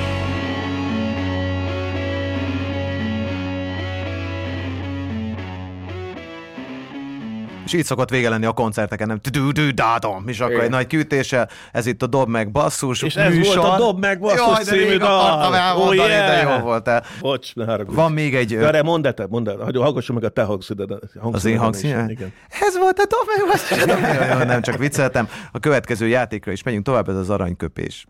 És így szokott vége lenni a koncerteken, nem tüdü-dü-dádom, és akkor egy nagy kiütéssel, ez itt a Dob meg basszus és ez műsor. volt a Dob meg basszus című dal. De jó voltál. Bocs, ne haragudj. Van még egy... Erre mondd el, hallgassuk meg a te hangszínedet. Az én hangszínem? Igen. Ez volt a Dob meg basszus. Nem, csak vicceltem. A következő játékra is megyünk tovább, ez az aranyköpés.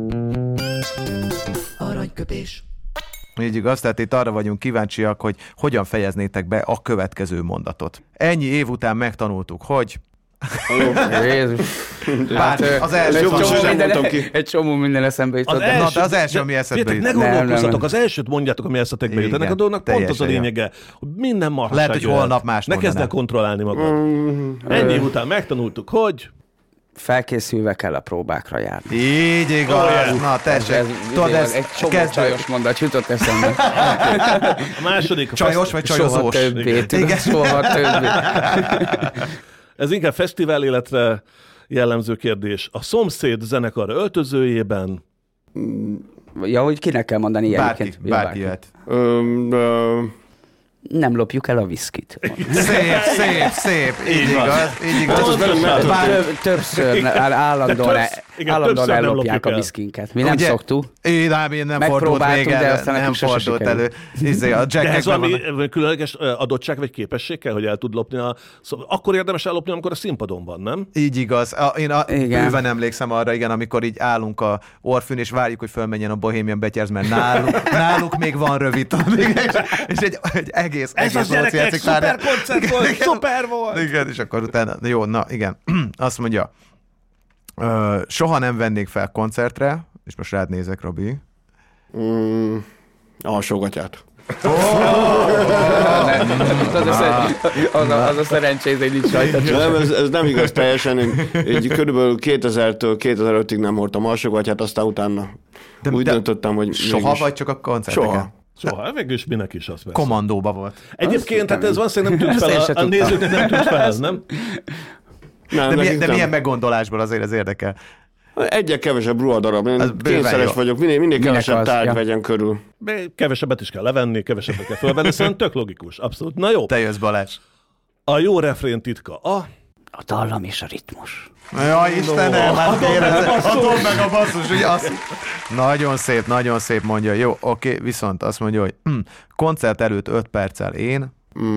Aranyköpés. Így igaz, tehát itt arra vagyunk kíváncsiak, hogy hogyan fejeznétek be a következő mondatot. Ennyi év után megtanultuk, hogy... Hát, az első egy csomó minden eszembe jutott. Az első, ami eszedbe jut. Ne gondolkozzatok, az elsőt mondjátok, ami eszetekbe jut. Ennek a dolognak pont az a lényege, hogy minden marhaság. Lehet, hogy holnap más ne kezd el kontrollálni magad. Ennyi év után megtanultuk, hogy... felkészülve kell a próbákra járni. Így igaz. Na, tessék. Egy csomó csajos mondat jutott eszembe. A második... Csajos vagy csajozós? Soha többé. Ez inkább fesztivál életre jellemző kérdés. A szomszéd zenekar öltözőjében... Ja, hogy kinek kell mondani bárki jöhet. Nem lopjuk el a viszkit. Szép. Így igaz. Többször állandóan ellopják a viszkinket. Mi nem szoktuk. Mi nem fordult még elő. Nem fordult elő. De ez valami különleges adottság vagy képesség kell, hogy el tud lopni. Akkor érdemes ellopni, amikor a színpadon van, nem? Így igaz. Én bőven emlékszem arra, igen, amikor így állunk a Orfűn, és várjuk, hogy fölmenjen a Bohemian Betyárz, mert náluk még van rövid. És egy egész gyerekek, szuper koncert volt, szuper volt! Igen, és akkor utána, jó, na igen, azt mondja, soha nem vennék fel koncertre, és most rád nézek, Robi. Alsógatyát. Az a szerencsé, hogy nincs rajta. Nem, ez nem igaz teljesen. Így körülbelül 2000-től 2005-ig nem hordtam alsógatyát, aztán utána úgy döntöttem, hogy soha vagy csak a koncerteken? Soha, végülis minek is az. Kommandóba volt. Egyébként, tehát ez valószínűleg nem tűnt fel, a nézőknek nem tűnt fel, nem? De milyen meggondolásból azért ez érdekel? Egyre kevesebb ruhadarab. Én kényszeres vagyok, minél kevesebb tárgy vegyen körül. Kevesebbet is kell levenni, kevesebbet kell fölvenni, szerintem tök logikus, abszolút. Na jó. Te jössz, Balázs. A jó refrén titka a dallam és a ritmus. Jaj, Istenem, hát kérdezze. A dob meg a basszus, ugye azt... Nagyon szép mondja. Jó, oké, viszont azt mondja, hogy koncert előtt 5 perccel én...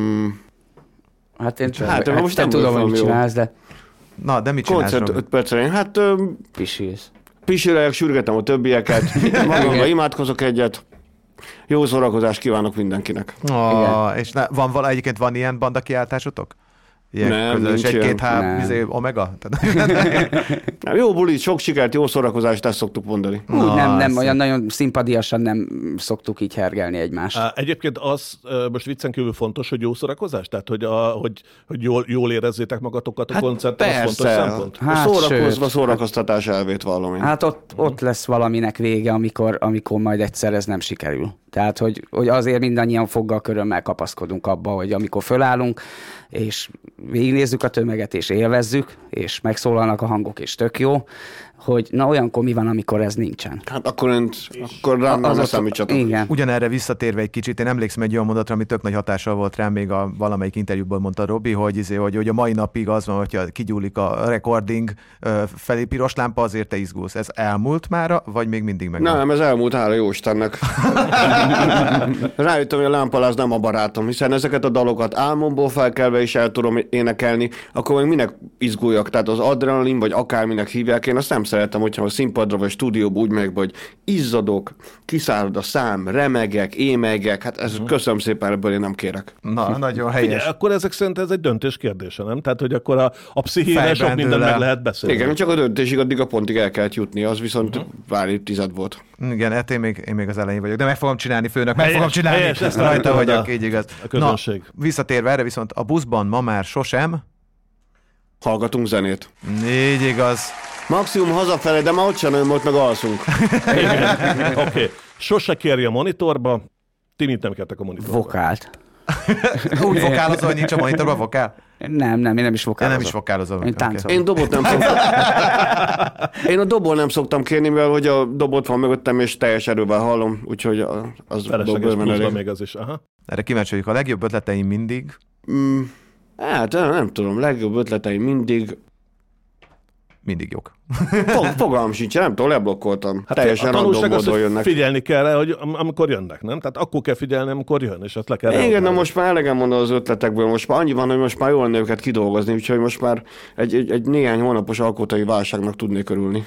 Hát én most nem tudom, hogy mit csinálsz, de... Na, de mit csinálsz, koncert 5 perccel én, hát... Pisilsz. Pisilek, sürgetem a többieket, magamban imádkozok egyet. Jó szórakozást kívánok mindenkinek. És egyébként van ilyen banda kiáltásotok? Nem, nincs egy omega? Nem, jó bulit, sok sikert, jó szórakozást, ezt szoktuk mondani. Nem, olyan nagyon szimpadiasan nem szoktuk így hergelni egymást. Egyébként az most viccen kívül fontos, hogy jó szórakozás? Tehát, hogy jól érezzétek magatokat a koncerten, az fontos szempont? Szórakozva szórakoztatás elvét valami. Hát ott lesz valaminek vége, amikor majd egyszer ez nem sikerül. Tehát, hogy azért mindannyian foggal körömmel kapaszkodunk abba, hogy amikor fölállunk, és végignézzük a tömeget, és élvezzük, és megszólalnak a hangok, és tök jó, hogy na olyankor mi van, amikor ez nincsen. Hát akkor rám nem számítsatok. Igen. Ugyanerre visszatérve egy kicsit, én emlékszem egy olyan mondatra, ami tök nagy hatással volt rám, még a valamelyik interjúban mondta Robi, hogy a mai napig az van, hogyha kigyúlik a recording felé piros lámpa, azért te izgulsz. Ez elmúlt mára, vagy még mindig megvan? Nem, ez elmúlt, hála jó Istennek. Rájöttem, hogy a lámpaláz nem a barátom, hiszen ezeket a dalokat álmomból felkelve is el tudom énekelni, akkor még minek izguljak, tehát az adrenalin, vagy akárminek hívják, én azt nem szeretem, hogyha a színpadra vagy stúdióba úgy megyek, hogy izzadok, kiszárad a szám, remegek, émegek, hát ez köszönöm szépen, ebből én nem kérek. Na, nagyon helyes. Figyelj, akkor ezek szerint ez egy döntés kérdése, nem? Tehát, hogy akkor a pszichével sok minden meg lehet beszélni. Igen, csak a döntésig addig a pontig el kellett jutni, az viszont várj, 10 volt. Igen, hát én még az elején vagyok, de meg fogom csinálni, főnök, meg fogom csinálni, rajta vagyok, így igaz. A közönség. Na, visszatérve erre viszont a buszban ma már sosem hallgatunk zenét. Így igaz. Maximum hazafele, de már ott sem nem volt, meg alszunk. Oké. Sose kérje a monitorba. Ti mit nem kértek a monitorba? Vokált. Úgy vokálozol, hogy nincs a monitorban vokál? Nem, én nem is vokálozom. Nem is vokálozom. Én táncolom. Én dobot nem szoktam. Én a dobból nem szoktam kérni, mivel hogy a dobot van mögöttem, és teljes erővel hallom, úgyhogy az felesleges pluszban még az is. Aha. Erre kíváncsi vagyok, a legjobb ötleteim mindig? Hát nem tudom, legjobb ötleteim mindig jók. Fogalmam sincs, nem tudom, leblokkoltam. Hát teljesen random módon jönnek. Figyelni kell rá, hogy amikor jönnek, nem? Tehát akkor kell figyelni, amikor jön, és azt le kell. Igen, de most már elegem mondom az ötletekből. Most már annyi van, hogy most már jól lenne őket kidolgozni, úgyhogy most már egy néhány hónapos alkotói válságnak tudnék örülni.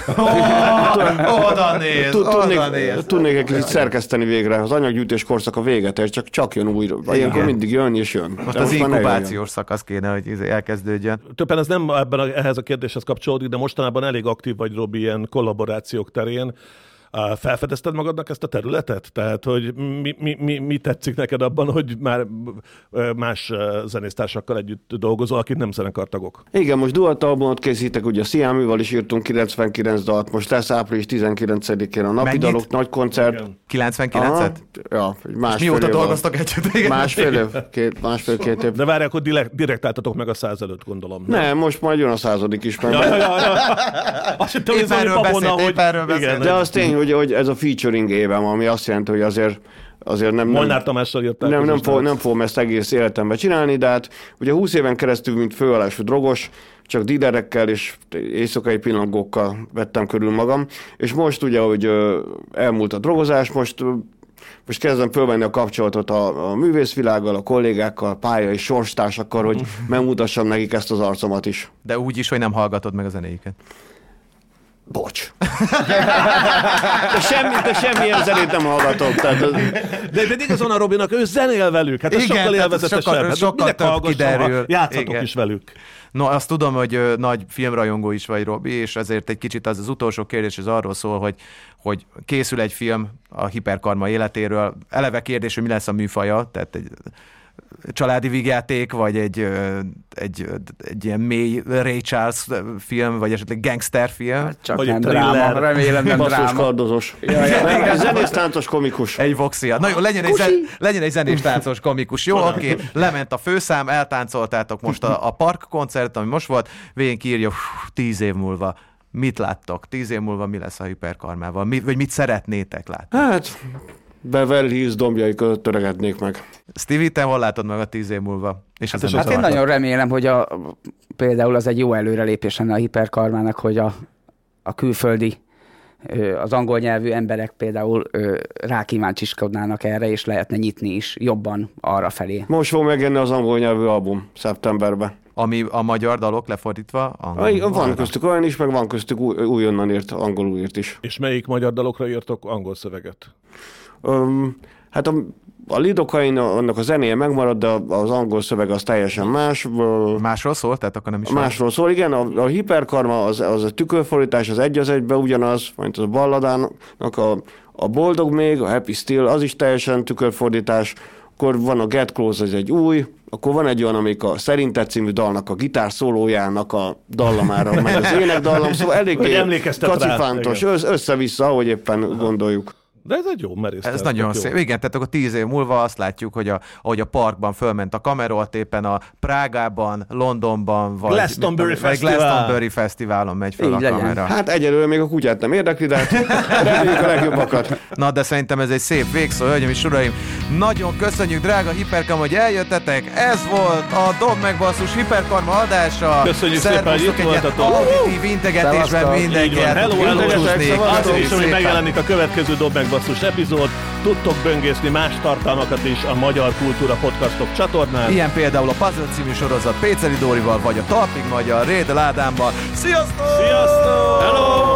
Oda néz. Tudnék egy kicsit szerkeszteni végre. Az anyaggyűjtés korszaka véget ér, csak jön újra. Ilyenkor mindig jön és jön. Most az inkubációs szakasz kéne, hogy elkezdődjön. Többen ez nem ehhez a kérdéshez kapcsolódik, de mostanában elég aktív vagy, Robi, ilyen kollaborációk terén. Felfedezted magadnak ezt a területet? Tehát, hogy mi tetszik neked abban, hogy már más zenésztársakkal együtt dolgozol, akik nem zenekartagok? Igen, most duett albumot készítek, ugye a Sziámival is írtunk 99 dalt, most lesz április 19-én a Napi Dalok nagy koncert. 99-et? Ja, mióta dolgoztok együtt? Másfél-két év. De várj, akkor direkt álltatok meg a 100 előtt, gondolom. Nem, most majd jön a 100. is. Azt hittem, hogy Zoli babona, hogy... De az tény, hogy ez a featuring évem, ami azt jelenti, hogy azért Molnár Tamással írták. Nem fogom ezt egész életemben csinálni, de hát ugye 20 éven keresztül, mint főállású drogos, csak dílerekkel és éjszakai pillangókkal vettem körül magam, és most ugye, hogy elmúlt a drogozás, most kezdem fölvenni a kapcsolatot a művészvilággal, a kollégákkal, pálya és sorstársakkal, hogy megmutassam nekik ezt az arcomat is. De úgy is, hogy nem hallgatod meg a zenéiket. Bocs. De semmilyen zenét nem hallgatok. De igazán a Robinak, ő zenél velük. Hát ez igen, sokkal élvezetesebb. Sokkal több kiderül. Játszatok igen. is velük. No, azt tudom, hogy nagy filmrajongó is vagy, Robi, és ezért egy kicsit az utolsó kérdés az arról szól, hogy készül egy film a Hiperkarma életéről. Eleve kérdés, hogy mi lesz a műfaja, tehát egy családi vígjáték, vagy egy ilyen mély Ray Charles film, vagy esetleg gangster film. Hát csak vagy nem dráma, remélem nem dráma. Kardozós. Zenés táncos komikus. Egy voxia. Na jó, legyen egy zenés táncos komikus. Jó, oké, lement a főszám, eltáncoltátok most a Park koncert, ami most volt, végén kiírja 10 év múlva. Mit láttok? 10 év múlva mi lesz a Hiperkarmával? Vagy mit szeretnétek látni? Hát... Beverly Hills dombjai között töregetnék meg. Stevie, te hol látod meg a 10 év múlva? És hát én nagyon remélem, hogy például az egy jó előrelépés lenne a Hiperkarmának, hogy a külföldi, az angol nyelvű emberek például rákíváncsiskodnának erre, és lehetne nyitni is jobban arra felé. Most fog megjelenni az angol nyelvű album szeptemberben. Ami a magyar dalok lefordítva? Van köztük olyan is, meg van köztük újonnan írt, angolul írt is. És melyik magyar dalokra írtok angol szöveget? Hát a Lidokain, annak a zenéje megmarad, de az angol szöveg az teljesen más. Másról szól? Tehát akkor nem is másról szól, igen. A Hiperkarma az a tükörfordítás, az egy az egybe ugyanaz, mint a balladának, a Boldog még, a Happy Still, az is teljesen tükörfordítás. Akkor van a Get Close, ez egy új, akkor van egy olyan, amik a Szerinted című dalnak a gitár szólójának a dallamára megy az énekdallam, szóval eléggé kacifántos, össze-vissza, ahogy éppen gondoljuk. De ez egy jó merész. Ez nagyon szép. Igen, tehát akkor 10 év múlva azt látjuk, hogy a Parkban fölment a Camerot, éppen a Prágában, Londonban, vagy Glastonbury Fesztiválon megy föl a kamera. Hát egyelőre még a kutyát nem érdekli, de reméljük a legjobbakat. Na, de szerintem ez egy szép végszó, hölgyeim és uraim. Nagyon köszönjük, drága Hiperkarma, hogy eljöttetek. Ez volt a Dob meg Basszus Hiperkarma adása. Köszönjük szépen, hogy itt voltatok. Auditív integetésben mindenki. Hello. Hogy megjelenik a következő Dob meg Basszus epizód, tudtok böngészni más tartalmakat is a Magyar Kultúra Podcastok csatornán. Ilyen például a Puzzle című sorozat Péceli Dórival, vagy a Talpig Magyar Rédel Ádámmal. Sziasztok! Sziasztok! Hello!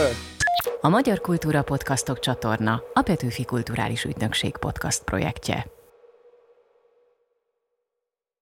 A Magyar Kultúra Podcastok csatorna a Petőfi Kulturális Ügynökség podcast projektje.